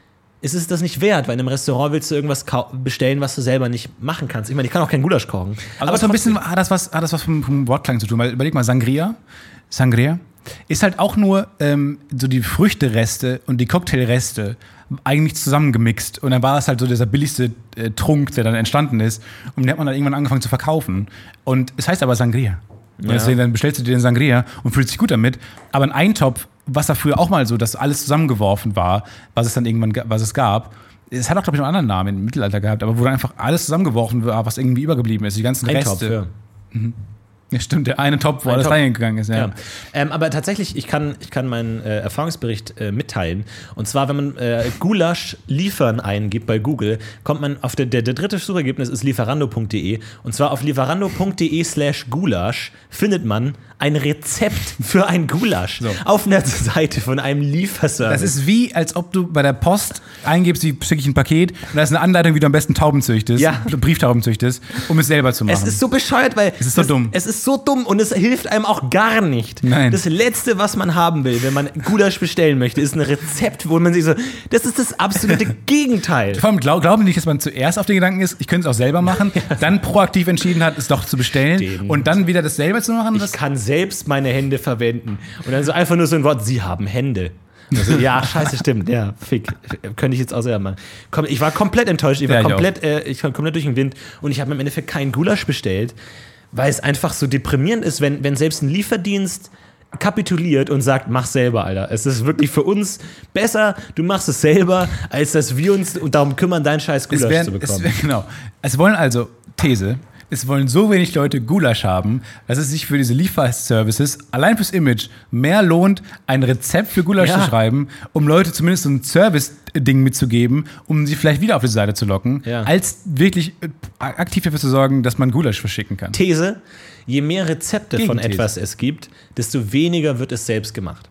es ist das nicht wert, weil in einem Restaurant willst du irgendwas kau- bestellen, was du selber nicht machen kannst. Ich meine, ich kann auch keinen Gulasch kochen. Aber so ein bisschen hat das was, hat das was vom, vom Wortklang zu tun. Weil überleg mal, Sangria, Sangria ist halt auch nur ähm, so die Früchtereste und die Cocktailreste eigentlich zusammengemixt. Und dann war es halt so dieser billigste äh, Trunk, der dann entstanden ist. Und den hat man dann irgendwann angefangen zu verkaufen. Und es heißt aber Sangria. Und Ja. deswegen dann bestellst du dir den Sangria und fühlst dich gut damit. Aber ein Eintopf, was da früher auch mal so, dass alles zusammengeworfen war, was es dann irgendwann, ga- was es gab, es hat auch, glaube ich, noch einen anderen Namen im Mittelalter gehabt, aber wo dann einfach alles zusammengeworfen war, was irgendwie übergeblieben ist. Die ganzen Eintopf, Reste. ja. Ja, stimmt, der eine Topf, wo Ein alles Topf. reingegangen ist. Ja. Ja. Ähm, aber tatsächlich, ich kann, ich kann meinen äh, Erfahrungsbericht äh, mitteilen. Und zwar, wenn man äh, Gulasch liefern eingibt bei Google, kommt man auf der, der, der dritte Suchergebnis ist lieferando punkt de. Und zwar auf lieferando punkt de slash Gulasch findet man ein Rezept für ein Gulasch So. auf einer Seite von einem Lieferservice. Das ist wie, als ob du bei der Post eingibst, wie schicke ich ein Paket, und da ist eine Anleitung, wie du am besten Tauben züchtest, Ja. Brieftauben züchtest, um es selber zu machen. Es ist so bescheuert, weil Es ist so das, dumm. Es ist so dumm und es hilft einem auch gar nicht. Nein. Das Letzte, was man haben will, wenn man Gulasch bestellen möchte, ist ein Rezept, wo man sich so, das ist das absolute Gegenteil. Vor allem glaub, glauben die nicht, dass man zuerst auf den Gedanken ist, ich könnte es auch selber machen, dann proaktiv entschieden hat, es doch zu bestellen Stimmt. und dann wieder das selber zu machen. Ich Das kann selbst meine Hände verwenden. Und dann so einfach nur so ein Wort, Sie haben Hände. Also, ja, scheiße, stimmt, ja, fick. Könnte ich jetzt auch selber machen. Komm, ich war komplett enttäuscht, ich war, Ja, ich komplett, äh, ich war komplett durch den Wind und ich habe im Endeffekt keinen Gulasch bestellt, weil es einfach so deprimierend ist, wenn, wenn selbst ein Lieferdienst kapituliert und sagt, mach selber, Alter. Es ist wirklich für uns besser, du machst es selber, als dass wir uns darum kümmern, deinen scheiß Gulasch es werden, zu bekommen. Es, werden- genau. Es wollen also, These, es wollen so wenig Leute Gulasch haben, dass es sich für diese Lieferservices allein fürs Image mehr lohnt, ein Rezept für Gulasch Ja. zu schreiben, um Leute zumindest so ein Service-Ding mitzugeben, um sie vielleicht wieder auf die Seite zu locken, Ja. als wirklich äh, aktiv dafür zu sorgen, dass man Gulasch verschicken kann. These, je mehr Rezepte von Gegenthese. etwas es gibt, desto weniger wird es selbst gemacht.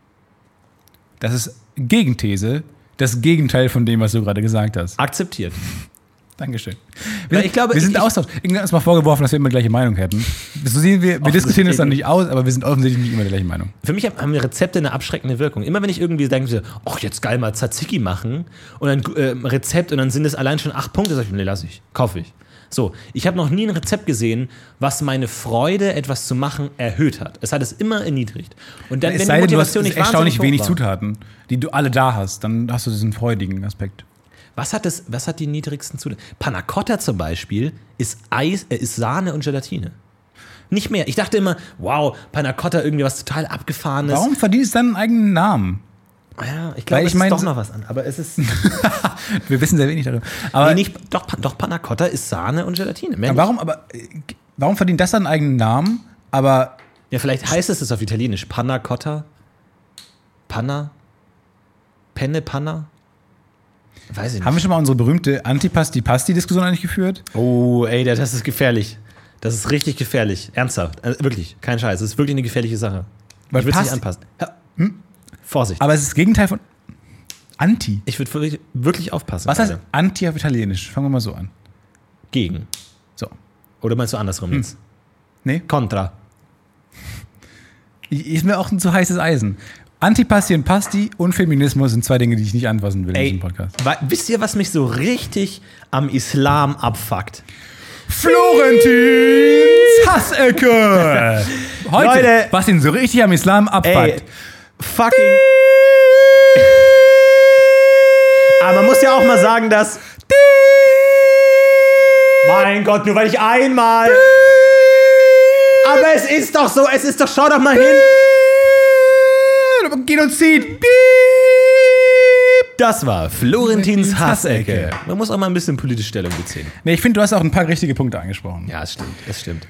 Das ist Gegenthese, das Gegenteil von dem, was du gerade gesagt hast. Akzeptiert. Dankeschön. Weil ich glaube, wir sind ich- Austausch. Irgendwann ist mal vorgeworfen, dass wir immer die gleiche Meinung hätten. So sehen wir, wir diskutieren das dann nicht aus, aber wir sind offensichtlich nicht immer der gleichen Meinung. Für mich haben Rezepte eine abschreckende Wirkung. Immer wenn ich irgendwie denke, ach, jetzt geil mal Tzatziki machen und dann äh, Rezept und dann sind es allein schon acht Punkte, sag ich, nee, lass ich, kaufe ich. So, ich habe noch nie ein Rezept gesehen, was meine Freude, etwas zu machen, erhöht hat. Es hat es immer erniedrigt. Und dann, Es wenn sei die denn, du hast Motivation nicht erstaunlich wahnsinnig wenig hoch war. Zutaten, die du alle da hast. Dann hast du diesen freudigen Aspekt. Was hat, das, was hat die niedrigsten Zutaten? Panna Cotta zum Beispiel ist, Eis, äh, ist Sahne und Gelatine. Nicht mehr. Ich dachte immer, wow, Panna Cotta irgendwie was total Abgefahrenes. Warum verdient es dann einen eigenen Namen? Ja, ich glaube, Weil es ich mein, ist doch so- noch was an. Aber es ist. Wir wissen sehr wenig darüber. Aber, nee, nicht, doch, doch, Panna Cotta ist Sahne und Gelatine. Mehr aber nicht. warum, aber, äh, warum verdient das dann einen eigenen Namen? Aber Ja, vielleicht heißt es es auf Italienisch. Panna Cotta? Panna? Penne Panna? Weiß ich nicht. haben wir schon mal unsere berühmte Antipasti-Pasti-Diskussion eigentlich geführt? Oh, ey, das ist gefährlich. Das ist richtig gefährlich. Ernsthaft. Also wirklich. Kein Scheiß. Das ist wirklich eine gefährliche Sache. Weil Ich würde es passt- nicht anpassen. Ja. Hm? Vorsicht. Aber es ist das Gegenteil von Anti. Ich würde wirklich, wirklich aufpassen. Was heißt gerade. Anti auf Italienisch? Fangen wir mal so an. Gegen. So. Oder meinst du andersrum jetzt? Nee? Contra. Ist mir auch ein zu heißes Eisen. Antipasti und Pasti und Feminismus sind zwei Dinge, die ich nicht anfassen will in Ey, diesem Podcast. wa- wisst ihr, was mich so richtig am Islam abfuckt? Florentins Hassecke! Heute, Leute. was ihn so richtig am Islam abfuckt. Ey, fucking. Aber man muss ja auch mal sagen, dass. Mein Gott, nur weil ich einmal. Aber es ist doch so, es ist doch, schau doch mal hin. Genozid! Das war Florentins Hassecke. Man muss auch mal ein bisschen politische Stellung beziehen. Nee, ich finde, du hast auch ein paar richtige Punkte angesprochen. Ja, es stimmt, es stimmt.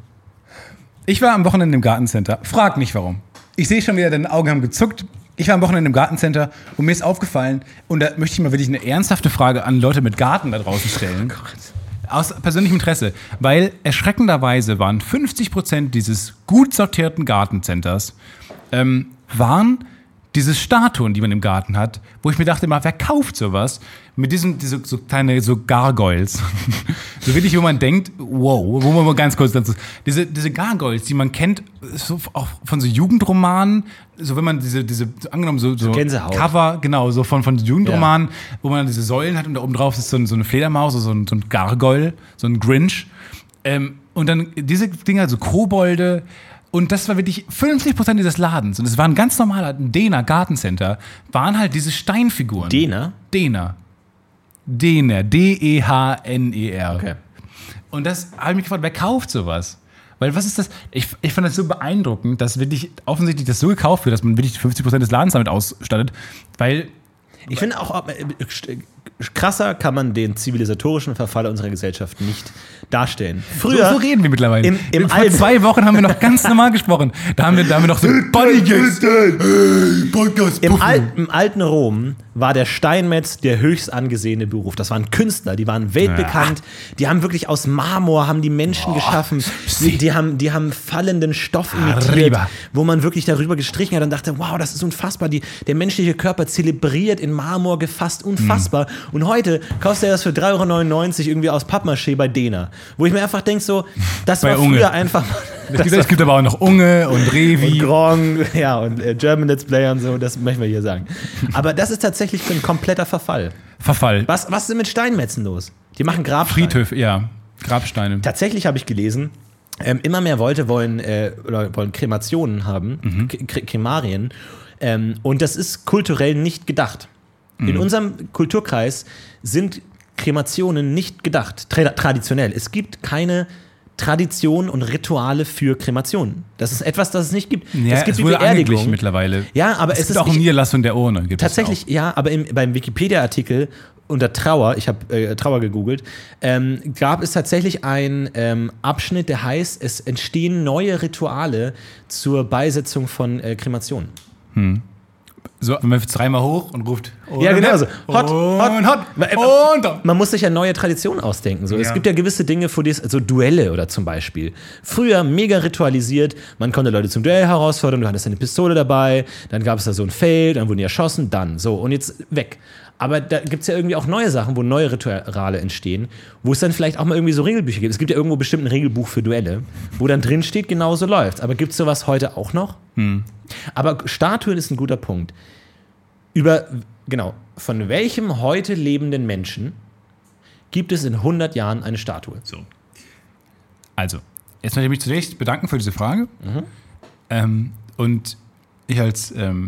Ich war am Wochenende im Gartencenter. Frag nicht warum. Ich sehe schon wieder, deine Augen haben gezuckt. Ich war am Wochenende im Gartencenter und mir ist aufgefallen, und da möchte ich mal wirklich eine ernsthafte Frage an Leute mit Garten da draußen stellen. Aus persönlichem Interesse. Weil erschreckenderweise waren fünfzig Prozent dieses gut sortierten Gartencenters ähm, waren diese Statuen, die man im Garten hat, wo ich mir dachte immer, wer kauft sowas? Mit diesen diese, so kleine so Gargoyles. So wirklich, wo man denkt, wow, wo man mal ganz kurz dazu. Diese, diese Gargoyles, die man kennt, so auch von so Jugendromanen, so wenn man diese, diese angenommen so, so Gänsehaut. Cover, genau, so von, von Jugendromanen, ja. Wo man diese Säulen hat und da oben drauf ist so, ein, so eine Fledermaus, so ein, so ein Gargoyle, so ein Grinch. Ähm, und dann diese Dinger, so Kobolde. Und das war wirklich fünfzig Prozent dieses Ladens. Und es war ein ganz normaler Dena Gartencenter, waren halt diese Steinfiguren. Dena? Dena. Dena. D E H N E R. Okay. Und das habe ich mich gefragt, wer kauft sowas? Weil was ist das? Ich, ich fand das so beeindruckend, dass wirklich offensichtlich das so gekauft wird, dass man wirklich fünfzig Prozent des Ladens damit ausstattet. Weil Ich finde auch, äh, krasser kann man den zivilisatorischen Verfall unserer Gesellschaft nicht darstellen. Früher, so, so reden wir mittlerweile. Im, im Vor alten, zwei Wochen haben wir noch ganz normal gesprochen. Da haben wir, da haben wir noch so Bodygags. Hey, Podcast. Im, Al Im alten Rom war der Steinmetz der höchst angesehene Beruf. Das waren Künstler, die waren weltbekannt. Die haben wirklich aus Marmor haben die Menschen Oh, geschaffen. Die, die, haben, die haben fallenden Stoff imitiert, Arriba. wo man wirklich darüber gestrichen hat und dachte, wow, das ist unfassbar. Die, der menschliche Körper zelebriert in Marmor gefasst, unfassbar. Mhm. Und heute kaufst du das für drei Euro neunundneunzig irgendwie aus Pappmaché bei Dena. Wo ich mir einfach denke, so, das Bei war Unge. früher einfach. Es gibt, es gibt aber auch noch Unge und Revi. Und Grong, ja, und äh, German Let's Play und so, das möchten wir hier sagen. Aber das ist tatsächlich ein kompletter Verfall. Verfall. Was, was ist denn mit Steinmetzen los? Die machen Grabsteine. Friedhöfe, ja. Grabsteine. Tatsächlich habe ich gelesen, ähm, immer mehr Leute wollen, äh, oder wollen Kremationen haben, Mhm. K Kremarien. Ähm, und das ist kulturell nicht gedacht. Mhm. In unserem Kulturkreis sind Kremationen nicht gedacht, tra traditionell. Es gibt keine Tradition und Rituale für Kremationen. Das ist etwas, das es nicht gibt. Ja, es gibt es die wurde angeglichen Beerdigung. mittlerweile. Ja, aber es, Es ist gibt auch eine nicht, Niederlassung der Urne. Gibt tatsächlich, ja, aber im, beim Wikipedia-Artikel unter Trauer, ich habe äh, Trauer gegoogelt, ähm, gab es tatsächlich einen ähm, Abschnitt, der heißt, es entstehen neue Rituale zur Beisetzung von äh, Kremationen. Hm. So, man wirft dreimal hoch und ruft. Ja, und genau so. Hot, und hot. hot. Und dann. Man muss sich ja neue Traditionen ausdenken. So. Ja. Es gibt ja gewisse Dinge, für die es, so Duelle oder zum Beispiel. Früher mega ritualisiert, man konnte Leute zum Duell herausfordern, du hattest eine Pistole dabei, dann gab es da so ein Fail, dann wurden die erschossen, dann so und jetzt weg. Aber da gibt es ja irgendwie auch neue Sachen, wo neue Rituale entstehen, wo es dann vielleicht auch mal irgendwie so Regelbücher gibt. Es gibt ja irgendwo bestimmt ein Regelbuch für Duelle, wo dann drin steht, genau so läuft. Aber gibt es sowas heute auch noch? Hm. Aber Statuen ist ein guter Punkt. Über, genau, von welchem heute lebenden Menschen gibt es in hundert Jahren eine Statue? So. Also, jetzt möchte ich mich zunächst bedanken für diese Frage. Mhm. Ähm, und ich als ähm,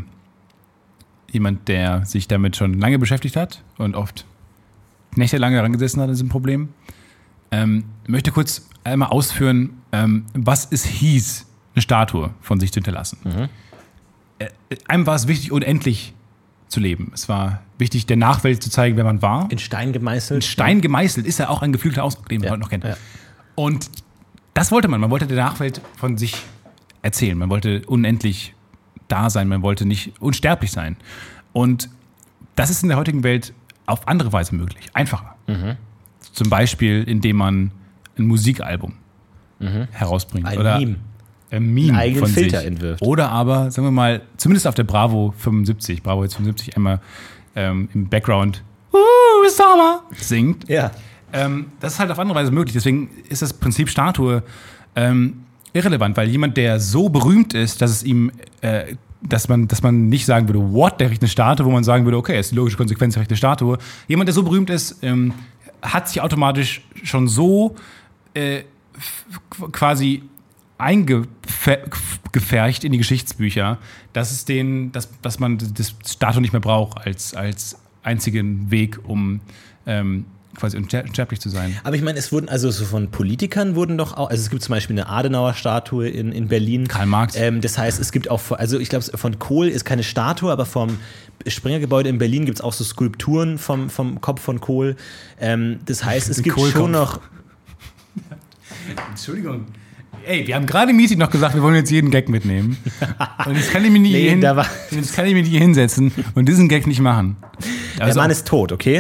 jemand, der sich damit schon lange beschäftigt hat und oft nächtelang daran gesessen hat an diesem Problem, ähm, möchte kurz einmal ausführen, ähm, was es hieß, eine Statue von sich zu hinterlassen. Mhm. Äh, einem war es wichtig, unendlich zu leben. Es war wichtig, der Nachwelt zu zeigen, wer man war. In Stein gemeißelt? In Stein gemeißelt ist ja auch ein geflügelter Ausdruck, den man Ja. heute noch kennt. Ja. Und das wollte man. Man wollte der Nachwelt von sich erzählen. Man wollte unendlich da sein. Man wollte nicht unsterblich sein. Und das ist in der heutigen Welt auf andere Weise möglich. Einfacher. Mhm. Zum Beispiel, indem man ein Musikalbum mhm. herausbringt. Ein oder Meme. Ein Meme einen eigenen von Filter sich. entwirft. Oder aber, sagen wir mal, zumindest auf der Bravo fünfundsiebzig, Bravo jetzt fünfundsiebzig, einmal ähm, im Background uh, Sommer singt. Ja. Ähm, das ist halt auf andere Weise möglich. Deswegen ist das Prinzip Statue ähm, irrelevant, weil jemand, der so berühmt ist, dass es ihm, äh, dass man, dass man nicht sagen würde, what, der kriegt eine Statue, wo man sagen würde, okay, ist die logische Konsequenz, der kriegt eine Statue. Jemand, der so berühmt ist, ähm, hat sich automatisch schon so äh, f- quasi eingefercht in die Geschichtsbücher, dass es den, dass, dass man das Statue nicht mehr braucht als, als einzigen Weg, um ähm, quasi unsterblich zu sein. Aber ich meine, es wurden, also so von Politikern wurden doch auch, also es gibt zum Beispiel eine Adenauer-Statue in, in Berlin. Karl Marx. Ähm, das heißt, es gibt auch, also ich glaube, von Kohl ist keine Statue, aber vom Springer-Gebäude in Berlin gibt es auch so Skulpturen vom, vom Kopf von Kohl. Ähm, das heißt, es gibt schon noch... Entschuldigung. Ey, wir haben gerade im Meeting noch gesagt, wir wollen jetzt jeden Gag mitnehmen. Und jetzt kann ich mich nicht, Nee, hin, da war- jetzt kann ich mich nicht hinsetzen und diesen Gag nicht machen. Der Also, Mann ist tot, okay?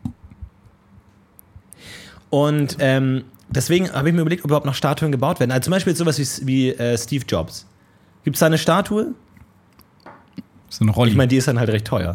Und ähm, deswegen habe ich mir überlegt, ob überhaupt noch Statuen gebaut werden. Also zum Beispiel sowas wie, wie äh, Steve Jobs. Gibt es da eine Statue? so eine Rolle. Ich meine, die ist dann halt recht teuer.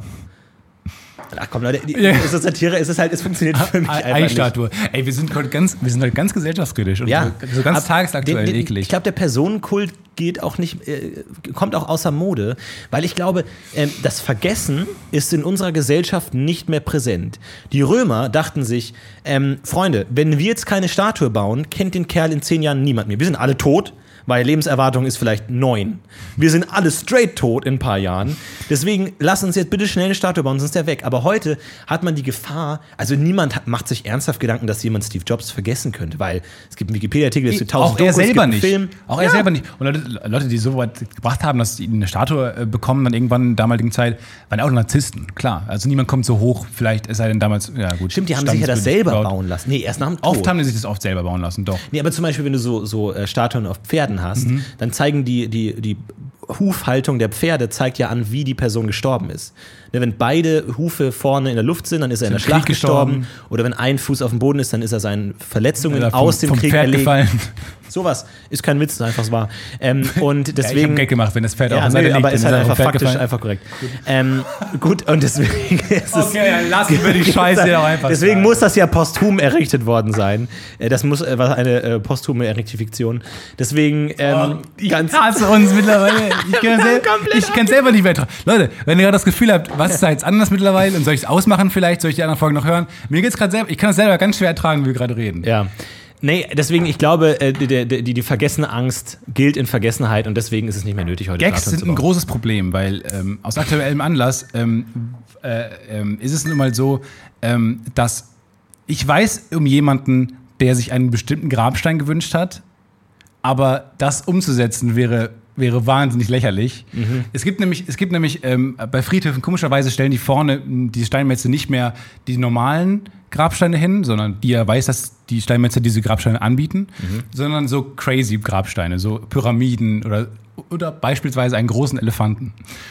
Ach komm, Leute, die, Ja. ist das Satire? Ist es halt, es funktioniert für mich einfach nicht. Eichstatue. Ey, wir sind heute ganz, wir sind heute ganz gesellschaftskritisch und Ja, so, so ganz Ab- tagesaktuell den, den, eklig. Ich glaube, der Personenkult geht auch nicht, äh, kommt auch außer Mode, weil ich glaube, ähm, das Vergessen ist in unserer Gesellschaft nicht mehr präsent. Die Römer dachten sich, ähm, Freunde, wenn wir jetzt keine Statue bauen, kennt den Kerl in zehn Jahren niemand mehr. Wir sind alle tot. Weil Lebenserwartung ist vielleicht neun. Wir sind alle straight tot in ein paar Jahren. Deswegen lass uns jetzt bitte schnell eine Statue bauen, sonst ist der weg. Aber heute hat man die Gefahr, also niemand hat, macht sich ernsthaft Gedanken, dass jemand Steve Jobs vergessen könnte. Weil es gibt einen Wikipedia-Artikel, es gibt tausend auch er Dokus, es gibt selber einen nicht. Film. Auch er Ja. selber nicht. Und Leute, Leute, die so weit gebracht haben, dass sie eine Statue äh, bekommen, dann irgendwann in der damaligen Zeit, waren auch Narzissten, klar. Also niemand kommt so hoch, vielleicht, es sei denn damals, ja gut. Stimmt, die haben sich ja das standeswürdig selber gebaut. bauen lassen. Nee, erst nach dem Tod. Oft haben die sich das oft selber bauen lassen, doch. Nee, aber zum Beispiel, wenn du so, so äh, Statuen auf Pferden hast, Mhm. dann zeigen die, die, die Hufhaltung der Pferde zeigt ja an, wie die Person gestorben ist. Ne, wenn beide Hufe vorne in der Luft sind, dann ist er in der Im Krieg Schlacht gestorben. gestorben. Oder wenn ein Fuß auf dem Boden ist, dann ist er seinen Verletzungen Oder vom- aus dem vom Krieg Pferd erlegen. gefallen. Sowas ist kein Witz, ist einfach wahr. Ähm, und Ja, ich deswegen. hab Gag gemacht, wenn das Pferd auf ja, der Seite nö, liegt, aber dann ist halt er vom einfach Pferd faktisch gefallen. einfach korrekt. Ähm, gut, und deswegen ist es. Okay, dann lassen wir die Scheiße ja auch einfach Deswegen sein. muss das ja posthum errichtet worden sein. Äh, Das muss äh, war eine äh, posthume Rektifikation. Deswegen ähm, Ich ganz. hasse uns mittlerweile. Ich kann, sel ich kann selber nicht mehr tragen. Leute, wenn ihr gerade das Gefühl habt, was ist da jetzt anders mittlerweile und soll ich es ausmachen vielleicht, soll ich die anderen Folgen noch hören? Mir geht's gerade selber, ich kann das selber ganz schwer ertragen, wie wir gerade reden. Ja. Nee, deswegen, ich glaube, äh, die, die, die, die vergessene Angst gilt in Vergessenheit und deswegen ist es nicht mehr nötig, heute Gags Statuen sind zu ein bauen. großes Problem, weil ähm, aus aktuellem Anlass ähm, äh, ähm, ist es nun mal so, ähm, dass ich weiß um jemanden, der sich einen bestimmten Grabstein gewünscht hat, aber das umzusetzen wäre, wäre wahnsinnig lächerlich. Mhm. Es gibt nämlich, es gibt nämlich ähm, bei Friedhöfen, komischerweise stellen die vorne m, die Steinmetze nicht mehr die normalen Grabsteine hin, sondern die ja weiß, dass die Steinmetze diese Grabsteine anbieten, Mhm. sondern so crazy Grabsteine, so Pyramiden oder, oder beispielsweise einen großen Elefanten.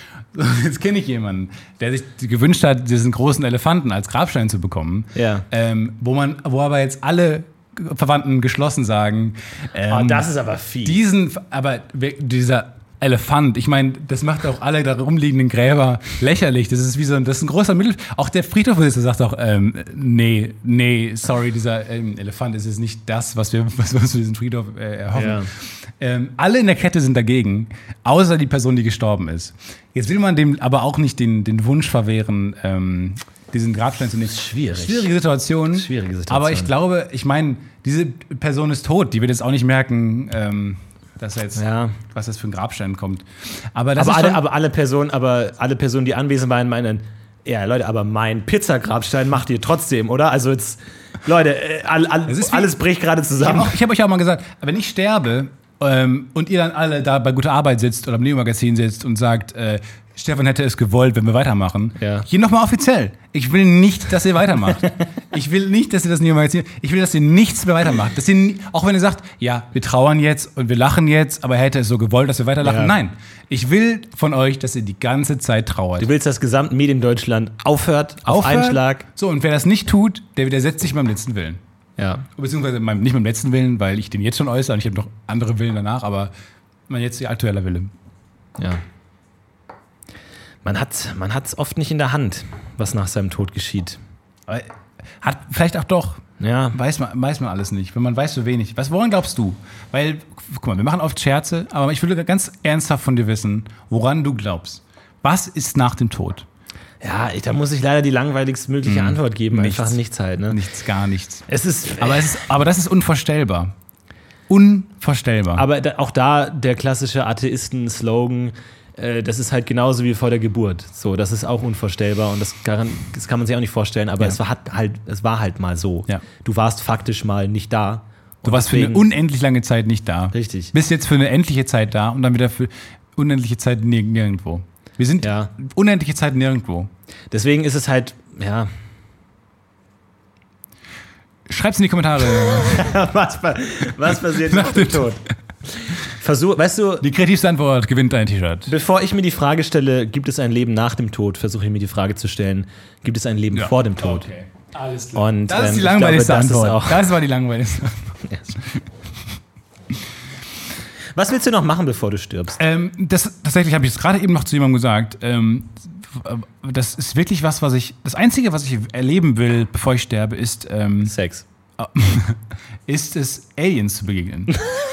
Jetzt kenne ich jemanden, der sich gewünscht hat, diesen großen Elefanten als Grabstein zu bekommen, Ja. ähm, wo man, wo aber jetzt alle Verwandten geschlossen sagen, ähm, Oh, das ist aber fies. diesen, aber wer- dieser Elefant, ich meine, das macht auch alle da rumliegenden Gräber lächerlich. Das ist wie so ein, das ist ein großer Mittel. Auch der Friedhofbesitzer sagt auch, ähm, nee, nee, sorry, dieser ähm, Elefant ist jetzt nicht das, was wir, was wir uns für diesen Friedhof äh, erhoffen. Ja. Ähm, alle in der Kette sind dagegen, außer die Person, die gestorben ist. Jetzt will man dem aber auch nicht den, den Wunsch verwehren, ähm, diesen Grabstein zu nehmen. Schwierig. Schwierige Situation. Schwierige Situation. Aber ich glaube, ich meine, diese Person ist tot. Die wird jetzt auch nicht merken, ähm, dass er jetzt, Ja. was das für ein Grabstein kommt. Aber das aber, ist schon, alle, aber alle Personen, aber alle Personen, die anwesend waren, meinen, ja, Leute, aber mein Pizzagrabstein macht ihr trotzdem, oder? Also jetzt, Leute, äh, all, all, Das ist wie- alles bricht gerade ich zusammen. habe hab euch auch mal gesagt, wenn ich sterbe ähm, und ihr dann alle da bei guter Arbeit sitzt oder im Neo-Magazin sitzt und sagt, äh, Stefan hätte es gewollt, wenn wir weitermachen. Ja. Hier nochmal offiziell. Ich will nicht, dass ihr weitermacht. Ich will nicht, dass ihr das Neo-Magazin, ich will, dass ihr nichts mehr weitermacht. Dass ihr, nie- auch wenn ihr sagt, ja, wir trauern jetzt und wir lachen jetzt, aber er hätte es so gewollt, dass wir weiterlachen. Ja. Nein. Ich will von euch, dass ihr die ganze Zeit trauert. Du willst, dass gesamt Mediendeutschland aufhört, auf Aufhört. einen Schlag. So, und wer das nicht tut, der widersetzt sich meinem letzten Willen. Ja. Beziehungsweise mein, nicht meinem letzten Willen, weil ich den jetzt schon äußere und ich habe noch andere Willen danach, aber mein jetzt aktueller Wille. Ja. Man hat man hat's oft nicht in der Hand, was nach seinem Tod geschieht. Hat vielleicht auch doch. Ja. Weiß man, weiß man alles nicht, wenn man weiß so wenig. Was, woran glaubst du? Weil, guck mal, wir machen oft Scherze, aber ich will ganz ernsthaft von dir wissen, woran du glaubst. Was ist nach dem Tod? Ja, ich, da muss ich leider die langweiligst mögliche Hm, Antwort geben. nichts. Einfach nichts halt. Ne? Nichts, gar nichts. Es ist, Aber, es ist, aber das ist unvorstellbar. Unvorstellbar. aber da, auch da der klassische Atheisten-Slogan, äh, das ist halt genauso wie vor der Geburt. So, das ist auch unvorstellbar und das kann, das kann man sich auch nicht vorstellen, aber Ja. es, war, hat halt, es war halt mal so. Ja. Du warst faktisch mal nicht da. Du warst für eine deswegen- unendlich lange Zeit nicht da. Richtig. Bist jetzt für eine endliche Zeit da und dann wieder für unendliche Zeit nirg- nirgendwo. Wir sind Ja. unendliche Zeit nirgendwo. Deswegen ist es halt, ja. Schreib's in die Kommentare. was, was passiert nach dem Tod? Versuch, weißt du, Die kreativste Antwort gewinnt dein T-Shirt. bevor ich mir die Frage stelle, gibt es ein Leben nach dem Tod, versuche ich mir die Frage zu stellen, gibt es ein Leben vor dem Tod? Okay. Alles klar. Und, Das ist ähm, die ich langweiligste glaube, das ist Antwort. auch- Das war die langweiligste. Was willst du noch machen, bevor du stirbst? Ähm, das, tatsächlich habe ich es gerade eben noch zu jemandem gesagt. Ähm, das ist wirklich was, was ich. Das Einzige, was ich erleben will, bevor ich sterbe, ist, ähm, Sex. ist es, Aliens zu begegnen.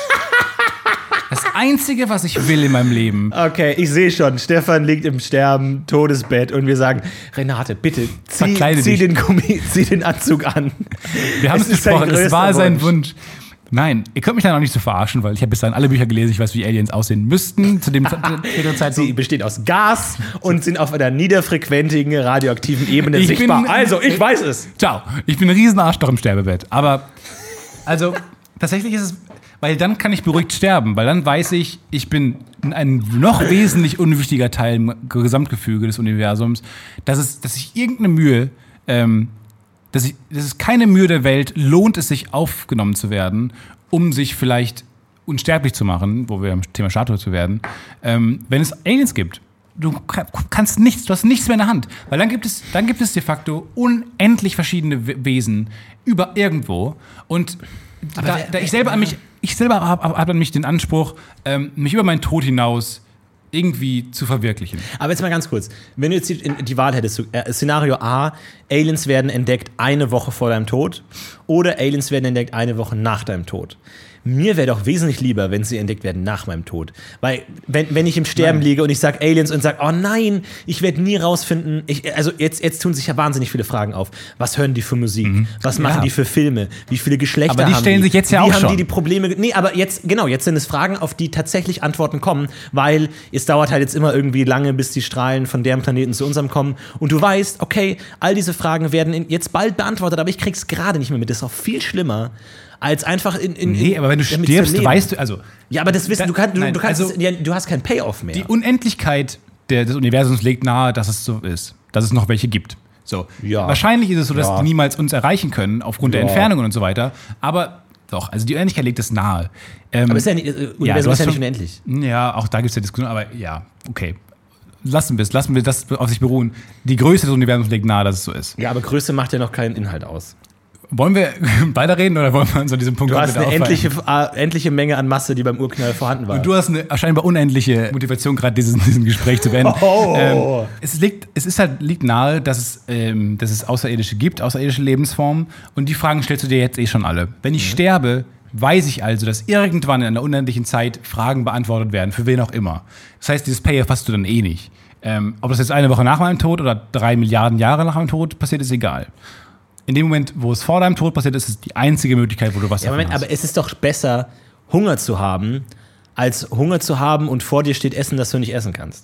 Das Einzige, was ich will in meinem Leben. Okay, ich sehe schon, Stefan liegt im Sterben, Todesbett und wir sagen, Renate, bitte, zieh, Verkleide zieh dich. den Gummi, zieh den Anzug an. Wir haben es ist sein besprochen, es größter war sein Wunsch. Wunsch. Nein, ihr könnt mich dann auch nicht so verarschen, weil ich habe bis dahin alle Bücher gelesen, ich weiß, wie Aliens aussehen müssten zu dem zu der Zeit. Sie besteht aus Gas und sind auf einer niederfrequentigen radioaktiven Ebene Ich sichtbar. bin- also, ich weiß es. Ciao. Ich bin ein Riesenarsch doch im Sterbebett. Aber, also, tatsächlich ist es, weil dann kann ich beruhigt sterben, weil dann weiß ich, ich bin ein noch wesentlich unwichtiger Teil im Gesamtgefüge des Universums, dass es, dass ich irgendeine Mühe, ähm, dass ich, dass es keine Mühe der Welt lohnt, es sich aufgenommen zu werden, um sich vielleicht unsterblich zu machen, wo wir am Thema Statue zu werden, ähm, wenn es Aliens gibt. Du kannst nichts, du hast nichts mehr in der Hand. Weil dann gibt es, dann gibt es de facto unendlich verschiedene We- Wesen über irgendwo. Und da, wer- da ich selber an mich, ich selber habe hab an mich den Anspruch, ähm, mich über meinen Tod hinaus irgendwie zu verwirklichen. Aber jetzt mal ganz kurz, wenn du jetzt die, die Wahl hättest, so, äh, Szenario A, Aliens werden entdeckt eine Woche vor deinem Tod oder Aliens werden entdeckt eine Woche nach deinem Tod. Mir wäre doch wesentlich lieber, wenn sie entdeckt werden nach meinem Tod. Weil, wenn, wenn ich im Sterben Nein. liege und ich sage Aliens und sage, oh nein, ich werde nie rausfinden, ich, also jetzt, jetzt tun sich ja wahnsinnig viele Fragen auf. Was hören die für Musik? Was machen Ja. die für Filme? Wie viele Geschlechter Aber die haben stellen die? sich jetzt ja Wie auch haben schon. die die Probleme? ge- Nee, aber jetzt, genau, jetzt sind es Fragen, auf die tatsächlich Antworten kommen, weil es dauert halt jetzt immer irgendwie lange, bis die Strahlen von deren Planeten zu unserem kommen. Und du weißt, okay, all diese Fragen werden in, jetzt bald beantwortet, aber ich krieg's gerade nicht mehr mit. Das ist auch viel schlimmer, als einfach in. in Nee, aber wenn du damit zu stirbst, leben. weißt du, also Ja, aber das Wissen, du, kannst, du, Nein, du, kannst also- es, ja, du hast keinen Payoff mehr. die Unendlichkeit der, des Universums legt nahe, dass es so ist, dass es noch welche gibt. So. Ja. Wahrscheinlich ist es so, dass Ja. die niemals uns erreichen können, aufgrund der Ja. Entfernungen und so weiter. Aber doch, also die Unendlichkeit legt es nahe. Ähm, aber es ist ja nicht, äh, Universum du ist hast ja nicht schon- unendlich. Ja, auch da gibt es ja Diskussionen, aber ja, okay. Lassen wir es, lassen wir das auf sich beruhen. Die Größe des Universums legt nahe, dass es so ist. Ja, aber Größe macht ja noch keinen Inhalt aus. Wollen wir weiterreden oder wollen wir uns an diesem Punkt Du hast eine komplett endliche, aufhalten? äh, endliche Menge an Masse, die beim Urknall vorhanden war. Und du hast eine scheinbar unendliche Motivation, gerade dieses, diesem Gespräch zu beenden. Oh. Ähm, es, liegt, es ist halt, liegt nahe, dass es, ähm, dass es Außerirdische gibt, außerirdische Lebensformen. Und die Fragen stellst du dir jetzt eh schon alle. Wenn ich sterbe, weiß ich also, dass irgendwann in einer unendlichen Zeit Fragen beantwortet werden, für wen auch immer. Das heißt, dieses Payoff hast du dann eh nicht. Ähm, ob das jetzt eine Woche nach meinem Tod oder drei Milliarden Jahre nach meinem Tod passiert, ist egal. In dem Moment, wo es vor deinem Tod passiert, ist es die einzige Möglichkeit, wo du was Ja, davon Moment, hast. aber es ist doch besser, Hunger zu haben, als Hunger zu haben und vor dir steht Essen, das du nicht essen kannst.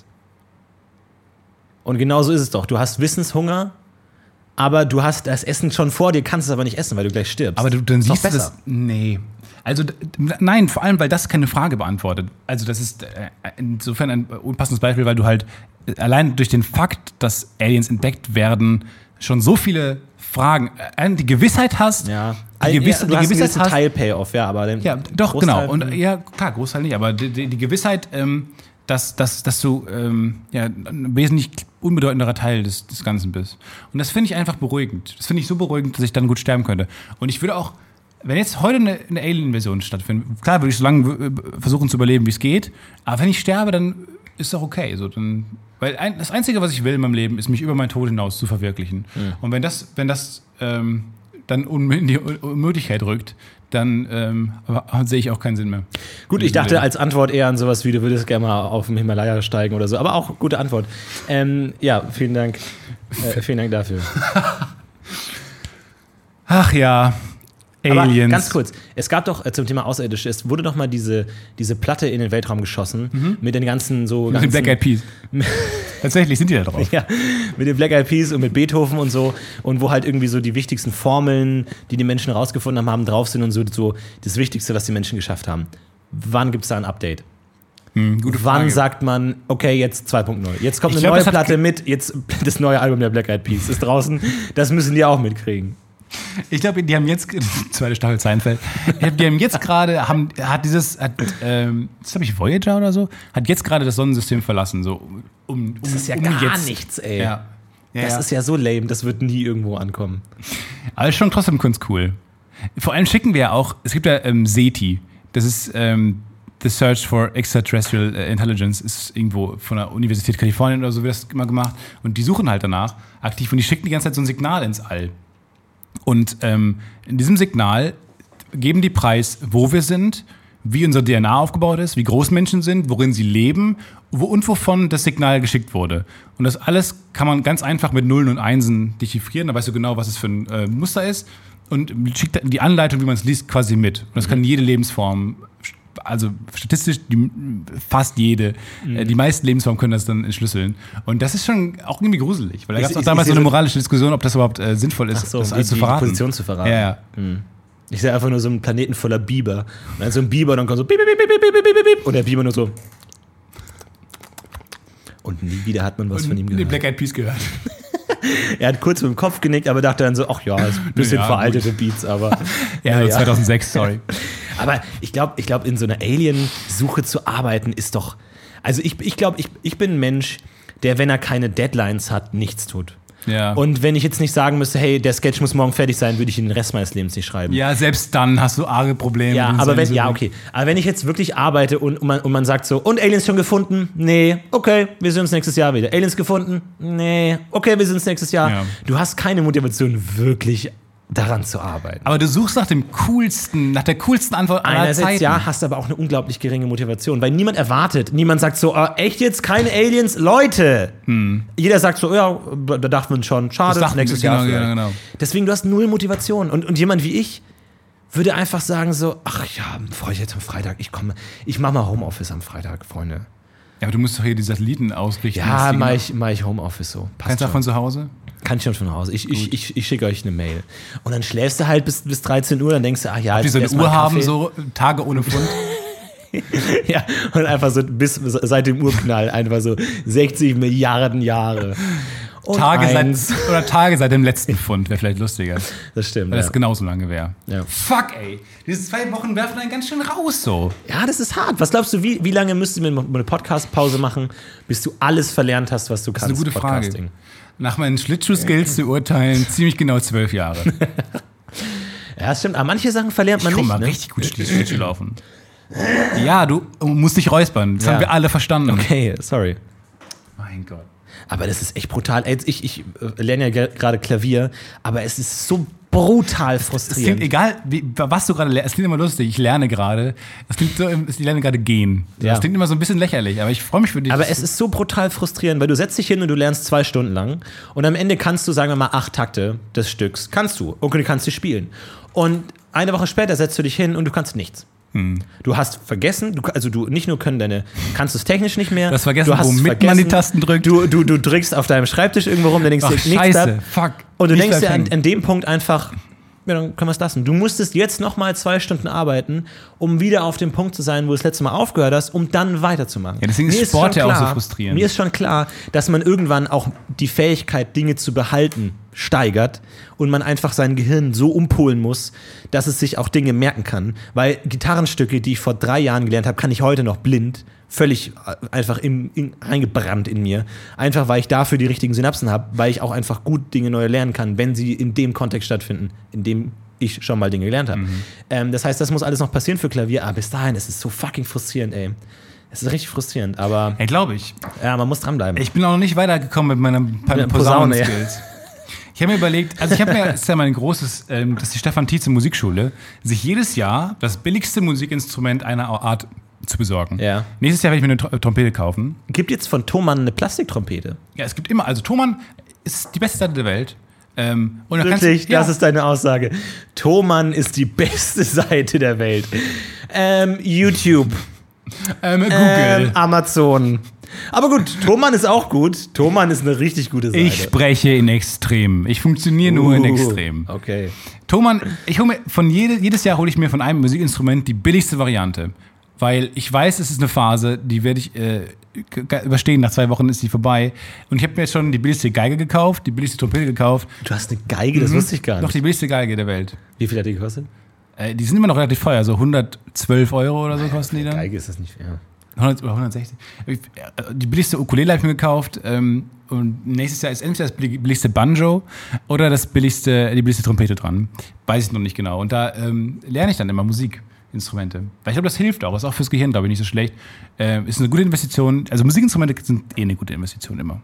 Und genau so ist es doch. Du hast Wissenshunger, aber du hast das Essen schon vor dir, kannst es aber nicht essen, weil du gleich stirbst. Aber du, dann Ist doch siehst du das. besser. Nee. Also, d- nein, vor allem, weil das keine Frage beantwortet. Also, das ist äh, insofern ein unpassendes Beispiel, weil du halt äh, allein durch den Fakt, dass Aliens entdeckt werden, schon so viele Fragen, äh, die Gewissheit hast. Ja. Die, Gewiss, ja, du die hast einen Gewissheit gewissen hast. Teil-Payoff, ja, aber den Ja, doch, Großteil- genau. Und ja, klar, Großteil nicht, aber die, die, die Gewissheit, ähm, dass, dass, dass du ähm, ja, ein wesentlich unbedeutenderer Teil des, des Ganzen bist. Und das finde ich einfach beruhigend. Das finde ich so beruhigend, dass ich dann gut sterben könnte. Und ich würde auch, wenn jetzt heute eine, eine Alien-Version stattfindet, klar würde ich so lange versuchen zu überleben, wie es geht, aber wenn ich sterbe, dann ist doch okay. So, dann, weil ein, das Einzige, was ich will in meinem Leben, ist, mich über meinen Tod hinaus zu verwirklichen. Mhm. Und wenn das, wenn das ähm, dann in die Unmöglichkeit rückt, dann ähm, sehe ich auch keinen Sinn mehr. Gut, ich dachte Leben. Als Antwort eher an sowas wie, du würdest gerne mal auf dem Himalaya steigen oder so, aber auch gute Antwort. Ähm, ja, vielen Dank. Äh, vielen Dank dafür. Ach ja, Aliens. Aber ganz kurz, es gab doch äh, zum Thema Außerirdische, es wurde doch mal diese, diese Platte in den Weltraum geschossen, mhm. mit den ganzen so... Mit ganzen, den Black Eyed Peas. Tatsächlich sind die da drauf. Ja, mit den Black Eyed Peas und mit Beethoven und so, und wo halt irgendwie so die wichtigsten Formeln, die die Menschen rausgefunden haben, haben drauf sind und so, so das Wichtigste, was die Menschen geschafft haben. Wann gibt es da ein Update? Hm, gute Frage. Wann sagt man, okay, jetzt zwei Punkt null. Jetzt kommt ich eine glaub, neue Platte mit, jetzt das neue Album der Black Eyed Peas ist draußen, das müssen die auch mitkriegen. Ich glaube, die haben jetzt, zweite Staffel Seinfeld, die haben jetzt gerade, haben, hat dieses, hat, ähm, das habe ich Voyager oder so, hat jetzt gerade das Sonnensystem verlassen, so, um, um Das ist ja um gar jetzt. nichts, ey. Ja. Ja, das ja. ist ja so lame, das wird nie irgendwo ankommen. Aber ist schon trotzdem ganz cool. Vor allem schicken wir ja auch, es gibt ja ähm, SETI, das ist ähm, The Search for Extraterrestrial Intelligence, ist irgendwo von der Universität Kalifornien oder so wird das immer gemacht, und die suchen halt danach aktiv und die schicken die ganze Zeit so ein Signal ins All. Und ähm, in diesem Signal geben die Preis, wo wir sind, wie unsere D N A aufgebaut ist, wie groß Menschen sind, worin sie leben, wo und wovon das Signal geschickt wurde. Und das alles kann man ganz einfach mit Nullen und Einsen dechiffrieren. Da weißt du genau, was es für ein äh, Muster ist. Und schickt die Anleitung, wie man es liest, quasi mit. Und das kann jede Lebensform, also statistisch die, fast jede, mhm. äh, die meisten Lebensformen können das dann entschlüsseln. Und das ist schon auch irgendwie gruselig. Weil da gab es auch damals so eine moralische Diskussion, ob das überhaupt äh, sinnvoll ist, so, das alles die, zu verraten. Die Position zu verraten. Ja, ja. Mhm. Ich sehe einfach nur so einen Planeten voller Biber. Und dann so ein Biber, dann kommt so bip, bip, bip, bip, bip, bip, und der Biber nur so. Und nie wieder hat man was und von ihm gehört. Den Black Eyed Peas gehört. Er hat kurz mit dem Kopf genickt, aber dachte dann so, ach ja, ist ein bisschen ja, veraltete gut. Beats, aber... ja, ja, zweitausendsechs, sorry. Aber ich glaube, ich glaub, in so einer Alien-Suche zu arbeiten ist doch... Also ich, ich glaube, ich, ich bin ein Mensch, der, wenn er keine Deadlines hat, nichts tut. Ja. Und wenn ich jetzt nicht sagen müsste, hey, der Sketch muss morgen fertig sein, würde ich ihn den Rest meines Lebens nicht schreiben. Ja, selbst dann hast du arge Probleme. Ja, aber wenn, ja, okay. Aber wenn ich jetzt wirklich arbeite und, und, man, und man sagt so, und Aliens schon gefunden? Nee, okay, wir sehen uns nächstes Jahr wieder. Aliens gefunden? Nee, okay, wir sehen uns nächstes Jahr. Ja. Du hast keine Motivation, wirklich daran zu arbeiten. Aber du suchst nach dem coolsten, nach der coolsten Antwort aller Einerseits Zeiten. Ja, hast aber auch eine unglaublich geringe Motivation, weil niemand erwartet, niemand sagt so, oh, echt jetzt keine Aliens? Leute! Hm. Jeder sagt so, ja, da dachten wir uns schon, schade, das nächstes genau, Jahr. Genau, genau. Deswegen, du hast null Motivation. Und, und jemand wie ich würde einfach sagen so, ach ja, freue ich jetzt am Freitag, ich komme, ich mache mal Homeoffice am Freitag, Freunde. Ja, aber du musst doch hier die Satelliten ausrichten. Ja, mache ich, mach ich Homeoffice so. Passt Kannst du von zu Hause? Kann ich schon von Hause. Ich, ich, ich, ich schicke euch eine Mail. Und dann schläfst du halt bis, bis dreizehn Uhr, dann denkst du, ach ja, jetzt die so eine Uhr haben, so Tage ohne Pfund. Ja, und einfach so bis seit dem Urknall einfach so sechzig Milliarden Jahre. Und Tage seit, oder Tage seit dem letzten Pfund wäre vielleicht lustiger. Das stimmt. Weil ja. das genauso lange wäre. Ja. Fuck, ey. Diese zwei Wochen werfen einen ganz schön raus so. Ja, das ist hart. Was glaubst du, wie, wie lange müsstest du eine Podcast-Pause machen, bis du alles verlernt hast, was du kannst? Das ist eine gute Frage. Nach meinen Schlittschuh-Skills zu urteilen, ziemlich genau zwölf Jahre. Ja, das stimmt. Aber manche Sachen verlernt man ich nicht. Ich kann mal ne? richtig gut Schlittschuh laufen. Ja, du musst dich räuspern. Das ja. haben wir alle verstanden. Okay, sorry. Mein Gott. Aber das ist echt brutal. Ich, ich lerne ja gerade Klavier, aber es ist so brutal frustrierend. Es klingt egal, wie, was du gerade lernst. Es klingt immer lustig. Ich lerne gerade. Es klingt so, ich lerne gerade gehen. Ja. Das klingt immer so ein bisschen lächerlich, aber ich freue mich für dich. Aber es ist so brutal frustrierend, weil du setzt dich hin und du lernst zwei Stunden lang und am Ende kannst du, sagen wir mal, acht Takte des Stücks. Kannst du. Und du kannst sie spielen. Und eine Woche später setzt du dich hin und du kannst nichts. Hm. Du hast vergessen, du, also du nicht nur können deine, kannst du es technisch nicht mehr. Du hast vergessen, du hast womit vergessen, man die Tasten drückt. Du, du, du drückst auf deinem Schreibtisch irgendwo rum, dann denkst du, nichts Scheiße, fuck. Und du nicht denkst dir an, an dem Punkt einfach, ja, dann können wir es lassen. Du musstest jetzt nochmal zwei Stunden arbeiten, um wieder auf dem Punkt zu sein, wo du das letzte Mal aufgehört hast, um dann weiterzumachen. Ja, deswegen ist Sport ja auch so frustrierend. Mir ist schon klar, dass man irgendwann auch die Fähigkeit, Dinge zu behalten, steigert und man einfach sein Gehirn so umpolen muss, dass es sich auch Dinge merken kann. Weil Gitarrenstücke, die ich vor drei Jahren gelernt habe, kann ich heute noch blind, völlig einfach in, in, eingebrannt in mir. Einfach, weil ich dafür die richtigen Synapsen habe, weil ich auch einfach gut Dinge neu lernen kann, wenn sie in dem Kontext stattfinden, in dem ich schon mal Dinge gelernt habe. Mhm. Ähm, das heißt, das muss alles noch passieren für Klavier, aber bis dahin ist es so fucking frustrierend, ey. Es ist richtig frustrierend, aber... Hey, glaube ich. Ja, man muss dranbleiben. Ich bin auch noch nicht weitergekommen mit meinen Posaune-Skills. Posaune, ja. Ich habe mir überlegt, also ich habe mir, das ist ja mein großes, ähm, das ist die Stefan Tietze Musikschule, sich jedes Jahr das billigste Musikinstrument einer Art zu besorgen. Ja. Nächstes Jahr werde ich mir eine Tr- Trompete kaufen. Gibt jetzt von Thomann eine Plastiktrompete? Ja, es gibt immer, also Thomann ist die beste Seite der Welt. Ähm, und Wirklich, kannst, ja. Das ist deine Aussage. Thomann ist die beste Seite der Welt. Ähm, YouTube. Ähm, Google. Ähm, Amazon. Aber gut, Thomann ist auch gut. Thomann ist eine richtig gute Seite. Ich spreche in Extrem. Ich funktioniere nur uh, in Extrem. Okay. Thomann, ich hole mir von jede, jedes Jahr hole ich mir von einem Musikinstrument die billigste Variante. Weil ich weiß, es ist eine Phase, die werde ich äh, überstehen. Nach zwei Wochen ist die vorbei. Und ich habe mir jetzt schon die billigste Geige gekauft, die billigste Trompete gekauft. Du hast eine Geige? Das mhm. wusste ich gar nicht. Doch, die billigste Geige der Welt. Wie viel hat die gekostet? Äh, die sind immer noch relativ teuer, so hundertzwölf Euro oder so kosten die dann. Geige ist das nicht fair. hundert oder hundertsechzig. Die billigste Ukulele habe ich mir gekauft. Ähm, und nächstes Jahr ist entweder das billigste Banjo oder das billigste, die billigste Trompete dran. Weiß ich noch nicht genau. Und da ähm, lerne ich dann immer Musikinstrumente. Weil ich glaube, das hilft auch. Ist auch fürs Gehirn, glaube ich, nicht so schlecht. Ähm, ist eine gute Investition. Also Musikinstrumente sind eh eine gute Investition immer.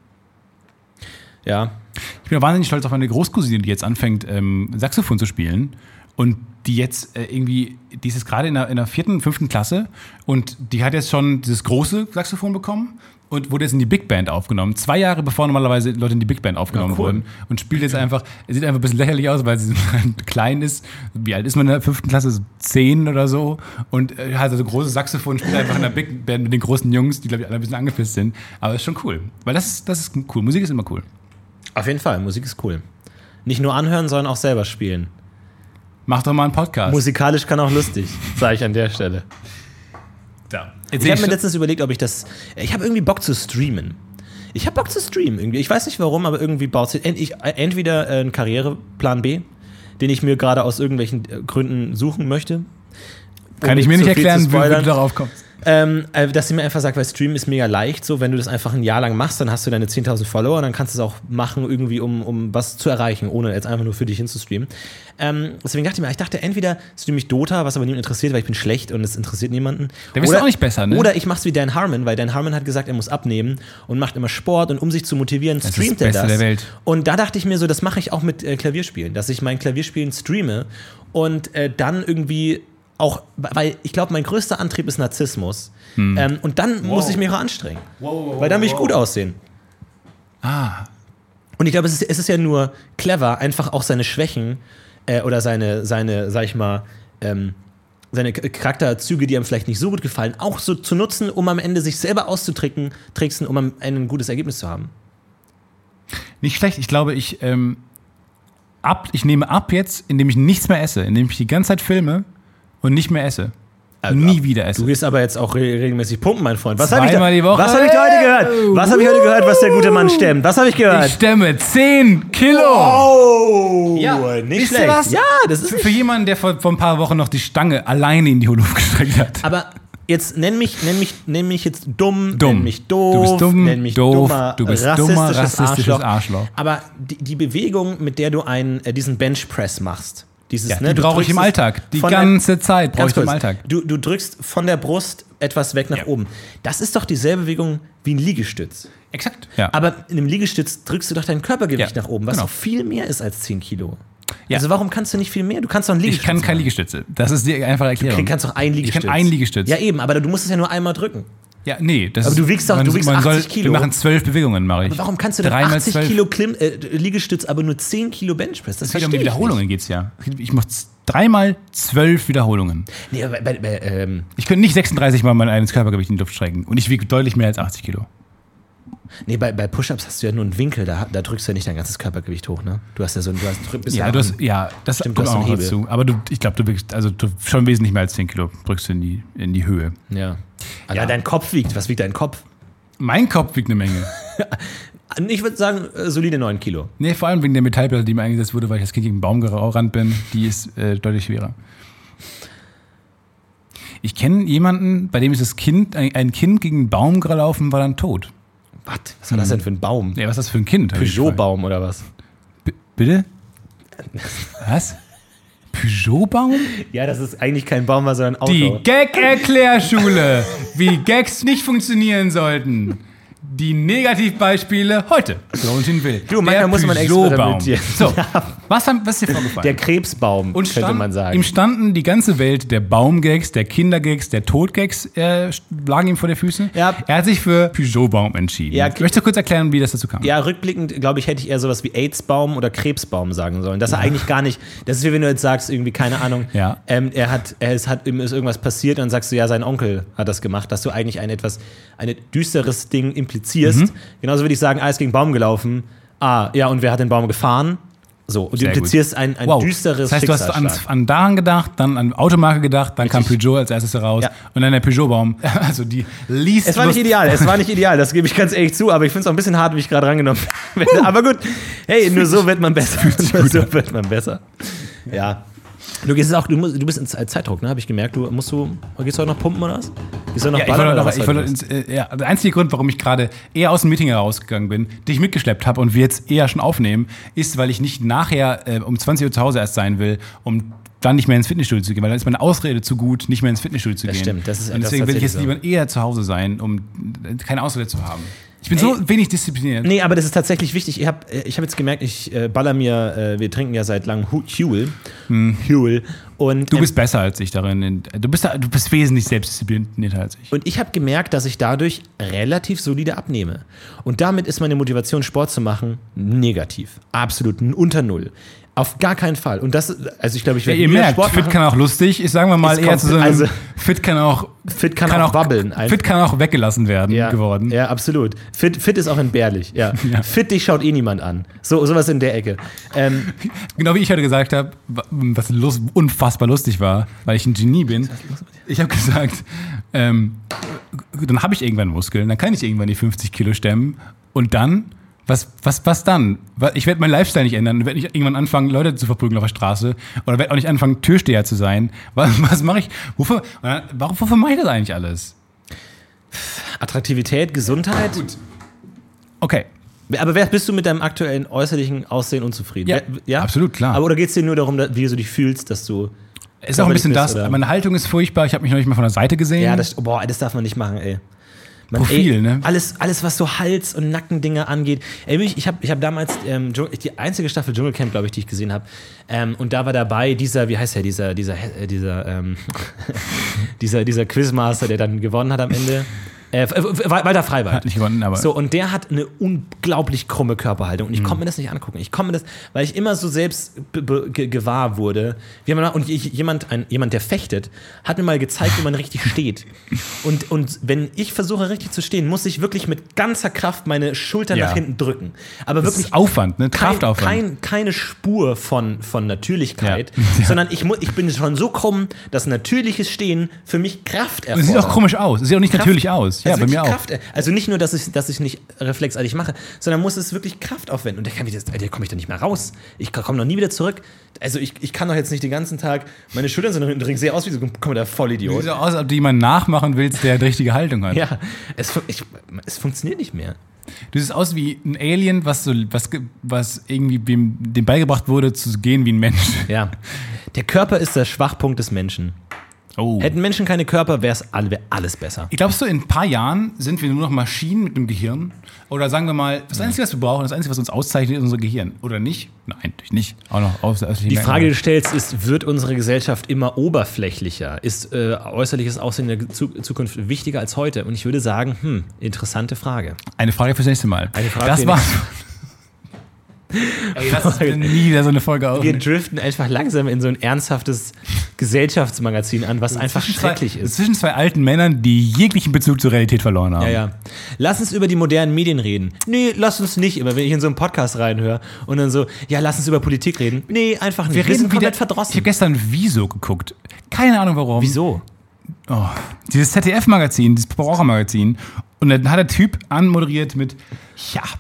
Ja. Ich bin wahnsinnig stolz auf meine Großcousine, die jetzt anfängt, ähm, Saxophon zu spielen. Und die jetzt äh, irgendwie, die ist jetzt gerade in der, in der vierten, fünften Klasse und die hat jetzt schon dieses große Saxophon bekommen und wurde jetzt in die Big Band aufgenommen. Zwei Jahre bevor normalerweise Leute in die Big Band aufgenommen ja, cool. wurden. Und spielt jetzt einfach, sieht einfach ein bisschen lächerlich aus, weil sie klein ist. Wie alt ist man in der fünften Klasse? So zehn oder so. Und äh, hat also ein großes Saxophon, spielt einfach in der Big Band mit den großen Jungs, die, glaube ich, alle ein bisschen angepisst sind. Aber ist schon cool. Weil das ist, das ist cool. Musik ist immer cool. Auf jeden Fall, Musik ist cool. Nicht nur anhören, sondern auch selber spielen. Mach doch mal einen Podcast. Musikalisch kann auch lustig, sage ich an der Stelle. Da. Ich habe mir letztens überlegt, ob ich das... Ich habe irgendwie Bock zu streamen. Ich habe Bock zu streamen irgendwie. Ich weiß nicht warum, aber irgendwie baut sich... Entweder ein Karriereplan B, den ich mir gerade aus irgendwelchen Gründen suchen möchte. Kann ich mir nicht erklären, wie du darauf kommst. Ähm, dass sie mir einfach sagt, weil Streamen ist mega leicht, so wenn du das einfach ein Jahr lang machst, dann hast du deine zehntausend Follower, dann kannst du es auch machen irgendwie, um, um was zu erreichen, ohne jetzt einfach nur für dich hinzustreamen. Ähm, deswegen dachte ich mir, ich dachte, entweder streame ich Dota, was aber niemand interessiert, weil ich bin schlecht und es interessiert niemanden. Der bist du auch nicht besser, ne? Oder ich mach's wie Dan Harmon, weil Dan Harmon hat gesagt, er muss abnehmen und macht immer Sport und um sich zu motivieren, das streamt ist das er das. Beste der Welt. Und da dachte ich mir so, das mache ich auch mit äh, Klavierspielen, dass ich mein Klavierspielen streame und äh, dann irgendwie auch, weil ich glaube, mein größter Antrieb ist Narzissmus. Hm. Ähm, und dann wow. muss ich mich auch anstrengen. Wow, wow, weil dann will ich wow. gut aussehen. Ah. Und ich glaube, es ist, es ist ja nur clever, einfach auch seine Schwächen äh, oder seine, seine, sag ich mal, ähm, seine Charakterzüge, die einem vielleicht nicht so gut gefallen, auch so zu nutzen, um am Ende sich selber auszutricksen, tricksen, um am Ende ein gutes Ergebnis zu haben. Nicht schlecht. Ich glaube, ich, ähm, ab, ich nehme ab jetzt, indem ich nichts mehr esse, indem ich die ganze Zeit filme und nicht mehr esse. Also, nie wieder esse. Du gehst aber jetzt auch re- regelmäßig pumpen, mein Freund. Was habe ich, da, die Woche. was hab ich da heute gehört? Was habe ich heute gehört, was der gute Mann stemmt? Was habe ich gehört? Ich stemme zehn Kilo. Oh, ja, nicht schlecht. Was? Ja, das ist für, für jemanden, der vor, vor ein paar Wochen noch die Stange alleine in die Luft gestreckt hat. Aber jetzt nenn mich, nenn mich, nenn mich jetzt dumm, dumm, nenn mich doof, du bist dumm, nenn mich doof, dummer, du bist rassistisches, dummer, rassistisches Arschloch. Arschloch. Aber die, die Bewegung, mit der du einen, äh, diesen Benchpress machst, Dieses, ja, ne, die brauche ich im Alltag. Die ganze Zeit brauche ich im Alltag. Du, du drückst von der Brust etwas weg nach ja. oben. Das ist doch dieselbe Bewegung wie ein Liegestütz. Exakt. Ja. Aber in einem Liegestütz drückst du doch dein Körpergewicht ja. nach oben, was genau. doch viel mehr ist als zehn Kilo. Ja. Also warum kannst du nicht viel mehr? Du kannst doch ein Liegestütz Ich kann kein Liegestütze. Das ist die einfache Erklärung. Du kannst doch ein Liegestütz. Ich kann ein Liegestütz. Ja eben, aber du musst es ja nur einmal drücken. Ja, nee. Das aber du wiegst doch, man, du wiegst man achtzig soll, Kilo. Wir machen zwölf Bewegungen, mache ich. Aber warum kannst du denn achtzig Kilo Klim, äh, Liegestütz, aber nur zehn Kilo Benchpress? Das, das geht um die Wiederholungen geht's ja. Ich mache dreimal zwölf Wiederholungen. Nee, aber bei, bei, ähm ich könnte nicht sechsunddreißig Mal mein eigenes Körpergewicht in die Luft strecken. Und ich wiege deutlich mehr als achtzig Kilo. Nee, bei, bei Push-Ups hast du ja nur einen Winkel, da, da drückst du ja nicht dein ganzes Körpergewicht hoch, ne? Du hast ja so ein, du hast, bist ja, ja, du hast, ja, das stimmt, kommt du hast auch noch dazu. Aber du, ich glaube, du wiegst, also du schon wesentlich mehr als zehn Kilo drückst du in die, in die Höhe. Ja. Ja, dein Kopf wiegt, was wiegt dein Kopf? Mein Kopf wiegt eine Menge. Ich würde sagen, äh, solide neun Kilo. Nee, vor allem wegen der Metallplatte, die mir eingesetzt wurde, weil ich das Kind gegen einen Baum gerannt bin. Die ist äh, deutlich schwerer. Ich kenne jemanden, bei dem ist das Kind, ein, ein Kind gegen einen Baum gelaufen, war dann tot. Was? Was war das denn für ein Baum? Ja, was ist das für ein Kind? Peugeot-Baum oder was? B- bitte? Was? Peugeot-Baum? Ja, das ist eigentlich kein Baum, sondern ein Auto. Die Gag-Erklärschule, wie Gags nicht funktionieren sollten. Die Negativbeispiele heute. Florentin Will. Du, manchmal muss man experimentieren. So, ja. was, haben, was ist dir vorgefallen? Der Krebsbaum, Und stand, könnte man sagen. Ihm standen die ganze Welt der Baumgags, der Kindergags, der Todgags äh, lagen ihm vor den Füßen. Ja. Er hat sich für Peugeot-Baum entschieden. Ja, Möchtest du kurz erklären, wie das dazu kam? Ja, rückblickend, glaube ich, hätte ich eher sowas wie AIDS-Baum oder Krebsbaum sagen sollen. Das ist ja. eigentlich gar nicht, das ist wie wenn du jetzt sagst, irgendwie, keine Ahnung, ja. ähm, er hat, er ist, hat, ihm ist irgendwas passiert und dann sagst du, ja, sein Onkel hat das gemacht, dass du eigentlich ein etwas, ein düsteres Ding implizierst. Mhm. Genauso würde ich sagen, ah, ist gegen einen Baum gelaufen. Ah, ja, und wer hat den Baum gefahren? So, und du implizierst ein, ein wow. düsteres Das heißt, du hast an, an daran gedacht, dann an Automarke gedacht, dann Richtig. kam Peugeot als erstes heraus ja. und dann der Peugeot-Baum. Also die least Es war nicht ideal, es war nicht ideal, das gebe ich ganz ehrlich zu, aber ich finde es auch ein bisschen hart, wie ich gerade rangenommen bin. Uh. Aber gut, hey, nur so wird man besser. Nur so wird man besser. Ja. Du gehst auch, du, musst, du bist in Zeitdruck, ne? Habe ich gemerkt. Du musst du, gehst du heute noch pumpen oder was? Gehst du noch ja, ballern, ich wollte, oder was ich wollte ins, äh, ja, der einzige Grund, warum ich gerade eher aus dem Meeting herausgegangen bin, dich mitgeschleppt habe und wir jetzt eher schon aufnehmen, ist, weil ich nicht nachher äh, um zwanzig Uhr zu Hause erst sein will, um dann nicht mehr ins Fitnessstudio zu gehen, weil dann ist meine Ausrede zu gut, nicht mehr ins Fitnessstudio zu das gehen. Stimmt, das ist und deswegen will ich jetzt lieber eher zu Hause sein, um keine Ausrede zu haben. Ich bin Ey, so wenig diszipliniert. Nee, aber das ist tatsächlich wichtig. Ich habe ich hab jetzt gemerkt, ich äh, baller mir, äh, wir trinken ja seit langem Huel. Hm. Huel. Und, du bist ähm, besser als ich darin. Du bist, du bist wesentlich selbstdisziplinierter als ich. Und ich habe gemerkt, dass ich dadurch relativ solide abnehme. Und damit ist meine Motivation, Sport zu machen, negativ. Absolut unter Null. Auf gar keinen Fall. Und das, also ich glaube, ich werde ja, ihr merkt, Sport Fit machen. Kann auch lustig. Ich sage mal mal eher zu so einem, also, Fit kann auch Fit kann, kann auch wabbeln. Fit kann auch weggelassen werden ja, geworden. Ja, absolut. Fit, fit ist auch entbehrlich. Ja. ja. Fit dich schaut eh niemand an. So sowas in der Ecke. Ähm, genau wie ich heute gesagt habe, was lust, unfassbar lustig war, weil ich ein Genie bin. Ich habe gesagt, ähm, dann habe ich irgendwann Muskeln, dann kann ich irgendwann die fünfzig Kilo stemmen und dann Was, was, was dann? Ich werde meinen Lifestyle nicht ändern. Ich werde nicht irgendwann anfangen, Leute zu verprügeln auf der Straße. Oder werde auch nicht anfangen, Türsteher zu sein. Was, was mache ich? Wofür, warum, wofür mache ich das eigentlich alles? Attraktivität, Gesundheit. Gut. Okay. Aber wer, bist du mit deinem aktuellen äußerlichen Aussehen unzufrieden? Ja, ja? Absolut, klar. Aber oder geht es dir nur darum, wie du dich fühlst, dass du... Ist auch ein bisschen das. Oder? Meine Haltung ist furchtbar. Ich habe mich noch nicht mal von der Seite gesehen. Ja, das, boah, das darf man nicht machen, ey. Man, Profil, ey, ne? Alles, alles, was so Hals- und Nackendinge angeht. Ey, ich habe ich hab damals ähm, die einzige Staffel Dschungelcamp, glaube ich, die ich gesehen habe. Ähm, und da war dabei dieser, wie heißt der, dieser, dieser, dieser, ähm, dieser, dieser Quizmaster, der dann gewonnen hat am Ende. Äh, Walter Freiwald. Hat nicht gewonnen, aber... So, und der hat eine unglaublich krumme Körperhaltung. Und ich konnte mir das nicht angucken. Ich konnte mir das, weil ich immer so selbst gewahr wurde. Wie man, und ich, jemand, ein, jemand, der fechtet, hat mir mal gezeigt, wie man richtig steht. Und, und wenn ich versuche, richtig zu stehen, muss ich wirklich mit ganzer Kraft meine Schultern ja. nach hinten drücken. Aber das wirklich ist Aufwand, ne? Kraftaufwand. Kein, kein, keine Spur von, von Natürlichkeit, ja. Ja. sondern ich, mu- ich bin schon so krumm, dass natürliches Stehen für mich Kraft erfordert. Das sieht auch komisch aus. Das sieht auch nicht Kraft, natürlich aus. Ja, also bei mir auch. Kraft, also nicht nur, dass ich, dass ich nicht reflexartig mache, sondern muss es wirklich Kraft aufwenden. Und da komme ich da nicht mehr raus. Ich komme noch nie wieder zurück. Also ich, ich kann doch jetzt nicht den ganzen Tag, meine Schultern sind noch hinten drin, sehe aus wie so ein kommender Vollidiot. Sieht so aus, als ob du jemanden nachmachen willst, der die richtige Haltung hat. Ja, es, ich, es funktioniert nicht mehr. Du siehst aus wie ein Alien, was, so, was, was irgendwie dem, dem beigebracht wurde, zu gehen wie ein Mensch. Ja, der Körper ist der Schwachpunkt des Menschen. Oh. Hätten Menschen keine Körper, wäre wär alles besser. Ich glaube, so in ein paar Jahren sind wir nur noch Maschinen mit einem Gehirn. Oder sagen wir mal, das Einzige, was wir brauchen, das Einzige, was uns auszeichnet, ist unser Gehirn. Oder nicht? Nein, natürlich nicht. Auch noch aus der Die Frage, die du stellst, ist, wird unsere Gesellschaft immer oberflächlicher? Ist äh, äußerliches Aussehen in der Zukunft wichtiger als heute? Und ich würde sagen, hm, interessante Frage. Eine Frage fürs nächste Mal. Eine Frage das war's. Ey, lass uns nie wieder so eine Folge auf. Wir driften einfach langsam in so ein ernsthaftes Gesellschaftsmagazin an, was einfach schrecklich zwei, ist. Zwischen zwei alten Männern, die jeglichen Bezug zur Realität verloren haben. Ja, ja. Lass uns über die modernen Medien reden. Nee, lass uns nicht. Immer wenn ich in so einen Podcast reinhöre und dann so, ja, lass uns über Politik reden. Nee, einfach nicht. Wir, Wir sind komplett wieder, verdrossen. Ich habe gestern Wieso geguckt. Keine Ahnung warum. Wieso? Oh, dieses Z D F-Magazin, dieses Verbrauchermagazin. Und dann hat der Typ anmoderiert mit, ja,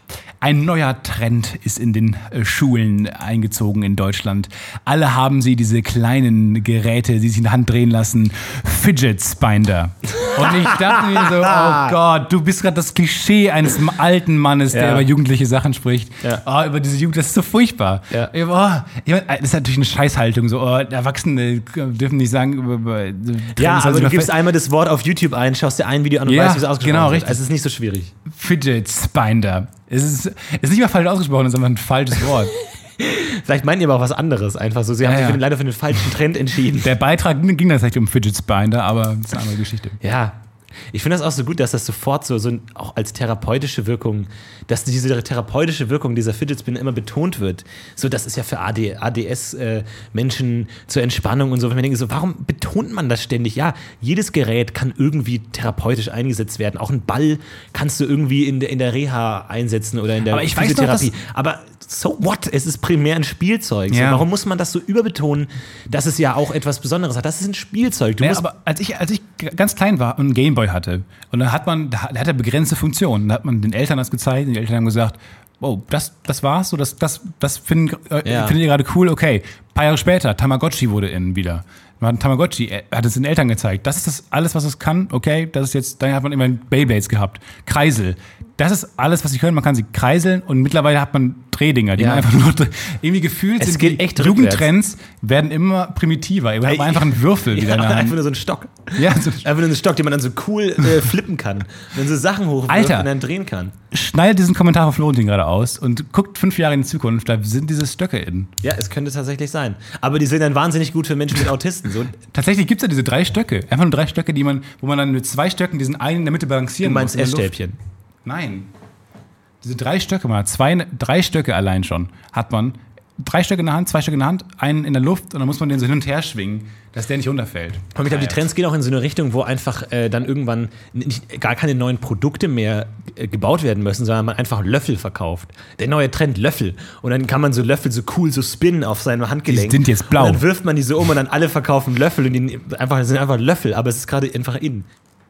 Ein neuer Trend ist in den äh, Schulen eingezogen in Deutschland. Alle haben sie diese kleinen Geräte, die sich in der Hand drehen lassen. Fidget Spinner. Und ich dachte mir so, oh Gott, du bist gerade das Klischee eines alten Mannes, der ja. über jugendliche Sachen spricht. Ja. Oh, über diese Jugend, das ist so furchtbar. Ja. Ich, oh, ich mein, das ist natürlich eine Scheißhaltung. So, oh, Erwachsene dürfen nicht sagen, über, über Ja, aber du gibst fest. einmal das Wort auf YouTube ein, schaust dir ein Video an und Ja, weißt, wie es ausgesprochen genau, wird. richtig. Also es ist nicht so schwierig. Fidget Spinner. Es ist, es ist nicht mal falsch ausgesprochen, es ist einfach ein falsches Wort. Vielleicht meinen die aber auch was anderes einfach so. Sie Ja, haben sich ja. für den, leider für den falschen Trend entschieden. Der Beitrag ging tatsächlich um Fidget Spinner, aber das ist eine andere Geschichte. Ja. Ich finde das auch so gut, dass das sofort so, so auch als therapeutische Wirkung, dass diese therapeutische Wirkung dieser Fidget Spinner immer betont wird. So, das ist ja für A D S-Menschen äh, zur Entspannung und so. Wenn man denkt, so, warum betont man das ständig? Ja, jedes Gerät kann irgendwie therapeutisch eingesetzt werden. Auch ein Ball kannst du irgendwie in der, in der Reha einsetzen oder in der Aber ich weiß noch, Physiotherapie. Aber so what? Es ist primär ein Spielzeug. So, Ja. warum muss man das so überbetonen, dass es ja auch etwas Besonderes hat? Das ist ein Spielzeug. Du Ja, musst aber als ich, als ich ganz klein war und einen Gameboy hatte, und dann hat man, da hat er begrenzte Funktionen, da hat man den Eltern das gezeigt, und die Eltern haben gesagt, oh, das, das war's, so, das, das, das finden, äh, Ja. findet ihr gerade cool, okay. Ein paar Jahre später, Tamagotchi wurde in wieder. Man hat ein Tamagotchi, er hat es den Eltern gezeigt. Das ist das alles, was es kann, okay. Das ist jetzt, dann hat man immer Beyblades gehabt. Kreisel. Das ist alles, was sie können. Man kann sie kreiseln und mittlerweile hat man Drehdinger, die Ja. man einfach nur irgendwie gefühlt Es sind. geht die echt Jugendtrends werden immer primitiver. Wir haben einfach einen Würfel wieder Ja, in der Hand. einfach nur so ein Stock. Ja, so Einfach nur ein Stock, den man dann so cool äh, flippen kann. Und dann so Sachen hochwirft Alter. und dann drehen kann. Schneidet diesen Kommentar von Florentin gerade aus und guckt fünf Jahre in die Zukunft, da sind diese Stöcke in. Ja, es könnte tatsächlich sein. Aber die sind dann wahnsinnig gut für Menschen mit Autisten. So, Tatsächlich gibt es ja diese drei Stöcke. Einfach nur drei Stöcke, die man, wo man dann mit zwei Stöcken diesen einen in der Mitte du balancieren meinst muss. in der Luft. Essstäbchen. Nein. Diese drei Stöcke, man hat zwei, drei Stöcke allein schon, hat man. Drei Stöcke in der Hand, zwei Stöcke in der Hand, einen in der Luft und dann muss man den so hin und her schwingen, dass der nicht runterfällt. Und ich glaube, die Trends gehen auch in so eine Richtung, wo einfach äh, dann irgendwann nicht, gar keine neuen Produkte mehr äh, gebaut werden müssen, sondern man einfach Löffel verkauft. Der neue Trend Löffel. Und dann kann man so Löffel so cool so spinnen auf seinem Handgelenk. Die sind jetzt blau. Und dann wirft man die so um und dann alle verkaufen Löffel und die einfach, das sind einfach Löffel, aber es ist gerade einfach in.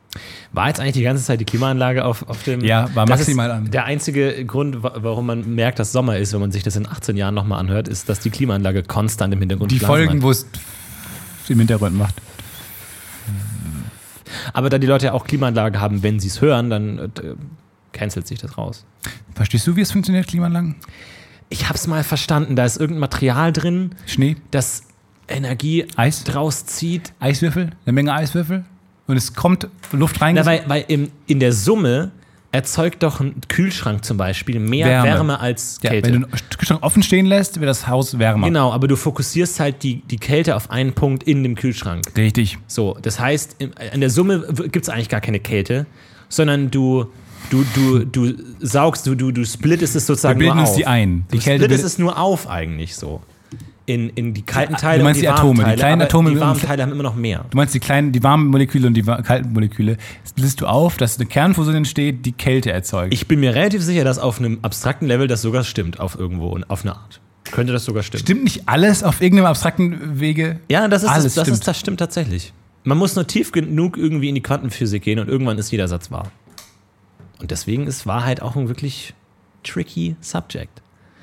War jetzt eigentlich die ganze Zeit die Klimaanlage auf, auf dem... Ja, war Das maximal ist an. Der einzige Grund, wa- warum man merkt, dass Sommer ist, wenn man sich das in achtzehn Jahren nochmal anhört, ist, dass die Klimaanlage konstant im Hintergrund Die Pflanzen Folgen, hat. wo es im Hintergrund macht. Aber da die Leute ja auch Klimaanlage haben, wenn sie es hören, dann äh, cancelt sich das raus. Verstehst du, wie es funktioniert, Klimaanlagen? Ich hab's mal verstanden, da ist irgendein Material drin, Schnee, das Energie Eis, draus zieht. Eiswürfel, eine Menge Eiswürfel und es kommt Luft rein. Na, weil weil im, in der Summe erzeugt doch ein Kühlschrank zum Beispiel mehr Wärme, Wärme. als Ja, Kälte. wenn du den Kühlschrank offen stehen lässt, wird das Haus wärmer. Genau, aber du fokussierst halt die, die Kälte auf einen Punkt in dem Kühlschrank. Richtig. So, das heißt, in, in der Summe gibt es eigentlich gar keine Kälte, sondern du, du, du, du saugst, du, du, du splittest es Wir sozusagen bilden nur uns auf. die ein. Die Du Kälte splittest bildet- es nur auf eigentlich so. In, in die kalten Teile Du meinst und die, die Atome, warmen die Teile, kleinen aber Atome die mit- warmen Teile haben immer noch mehr. Du meinst die kleinen, die warmen Moleküle und die wa- kalten Moleküle. Das bläst du auf, dass eine Kernfusion entsteht, die Kälte erzeugt. Ich bin mir relativ sicher, dass auf einem abstrakten Level das sogar stimmt, auf irgendwo und auf eine Art. Könnte das sogar stimmen. Stimmt nicht alles auf irgendeinem abstrakten Wege? Ja, das ist Alles das, das, stimmt. ist, das stimmt tatsächlich. Man muss nur tief genug irgendwie in die Quantenphysik gehen und irgendwann ist jeder Satz wahr. Und deswegen ist Wahrheit auch ein wirklich tricky Subject.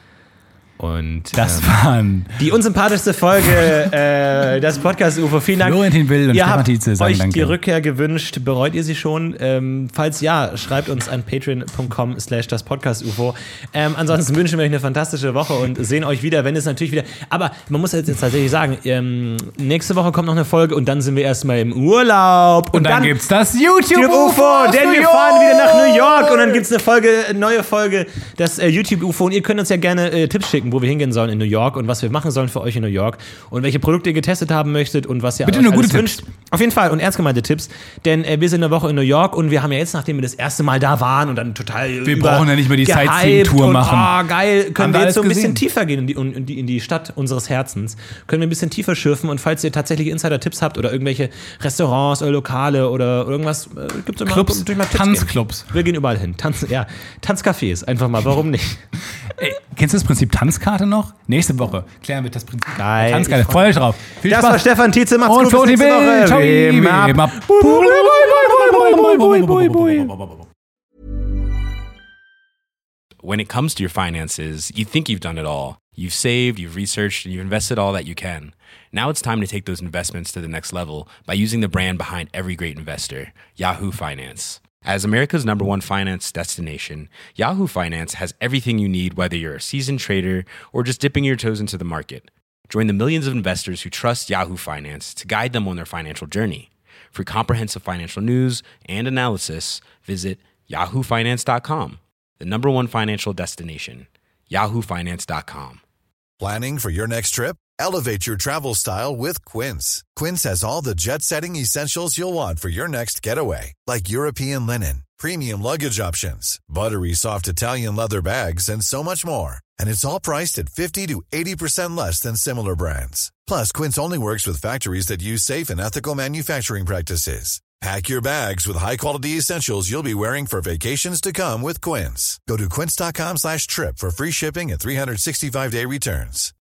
Und Das ähm, waren die unsympathischste Folge äh, des Podcast-U F O. Vielen Dank. Florentin Will und ihr Stefan habt Tietze sagen euch danke. die Rückkehr gewünscht. Bereut ihr sie schon? Ähm, falls ja, schreibt uns an patreon punkt com slash das Podcast-U F O. Ähm, ansonsten wünschen wir euch eine fantastische Woche und sehen euch wieder, wenn es natürlich wieder... Aber man muss jetzt tatsächlich sagen, ähm, nächste Woche kommt noch eine Folge und dann sind wir erstmal im Urlaub. Und, Und dann, gibt's das YouTube-U F O, YouTube-U F O, denn wir fahren wieder nach New York und dann gibt's eine Folge, eine neue Folge, das äh, YouTube-U F O. Und ihr könnt uns ja gerne äh, Tipps schicken, wo wir hingehen sollen in New York und was wir machen sollen für euch in New York und welche Produkte ihr getestet haben möchtet und was ihr Bitte euch nur alles gute wünscht. Auf jeden Fall und ernst gemeinte Tipps, denn äh, wir sind eine Woche in New York und wir haben ja jetzt, nachdem wir das erste Mal da waren und dann total Wir brauchen ja nicht mehr die gehypt Sightseeing-Tour und, machen. Oh, geil, können Haben wir wir jetzt so ein alles bisschen gesehen. tiefer gehen in die, in, die, in die Stadt unseres Herzens. Können wir ein bisschen tiefer schürfen und falls ihr tatsächlich Insider-Tipps habt oder irgendwelche Restaurants oder Lokale oder irgendwas, äh, gibt's immer Clubs, durch mal Tipps Tanzclubs. geben. Wir gehen überall hin. Tanz, ja, Tanzcafés, einfach mal, warum nicht? Ey, kennst du das Prinzip Tanzkarte noch? Nächste Woche klären wir das Prinzip. Geil. Tanzkarte, Ich freu- freut euch drauf. Viel Das Spaß. war Stefan Tietze, macht's Und gut, bis Florentin nächste Will. Woche. Ciao. Wem ab- Wem ab- when it comes to your finances, you think you've done it all. You've saved, you've researched, and you've invested all that you can. Now it's time to take those investments to the next level by using the brand behind every great investor, Yahoo Finance. As America's number one finance destination, Yahoo Finance has everything you need, whether you're a seasoned trader or just dipping your toes into the market. Join the millions of investors who trust Yahoo Finance to guide them on their financial journey. For comprehensive financial news and analysis, visit yahoo finance dot com, the number one financial destination, yahoo finance dot com. Planning for your next trip? Elevate your travel style with Quince. Quince has all the jet-setting essentials you'll want for your next getaway, like European linen, premium luggage options, buttery soft Italian leather bags, and so much more. And it's all priced at fifty to eighty percent less than similar brands. Plus, Quince only works with factories that use safe and ethical manufacturing practices. Pack your bags with high-quality essentials you'll be wearing for vacations to come with Quince. Go to quince dot com slash trip for free shipping and three sixty-five day returns.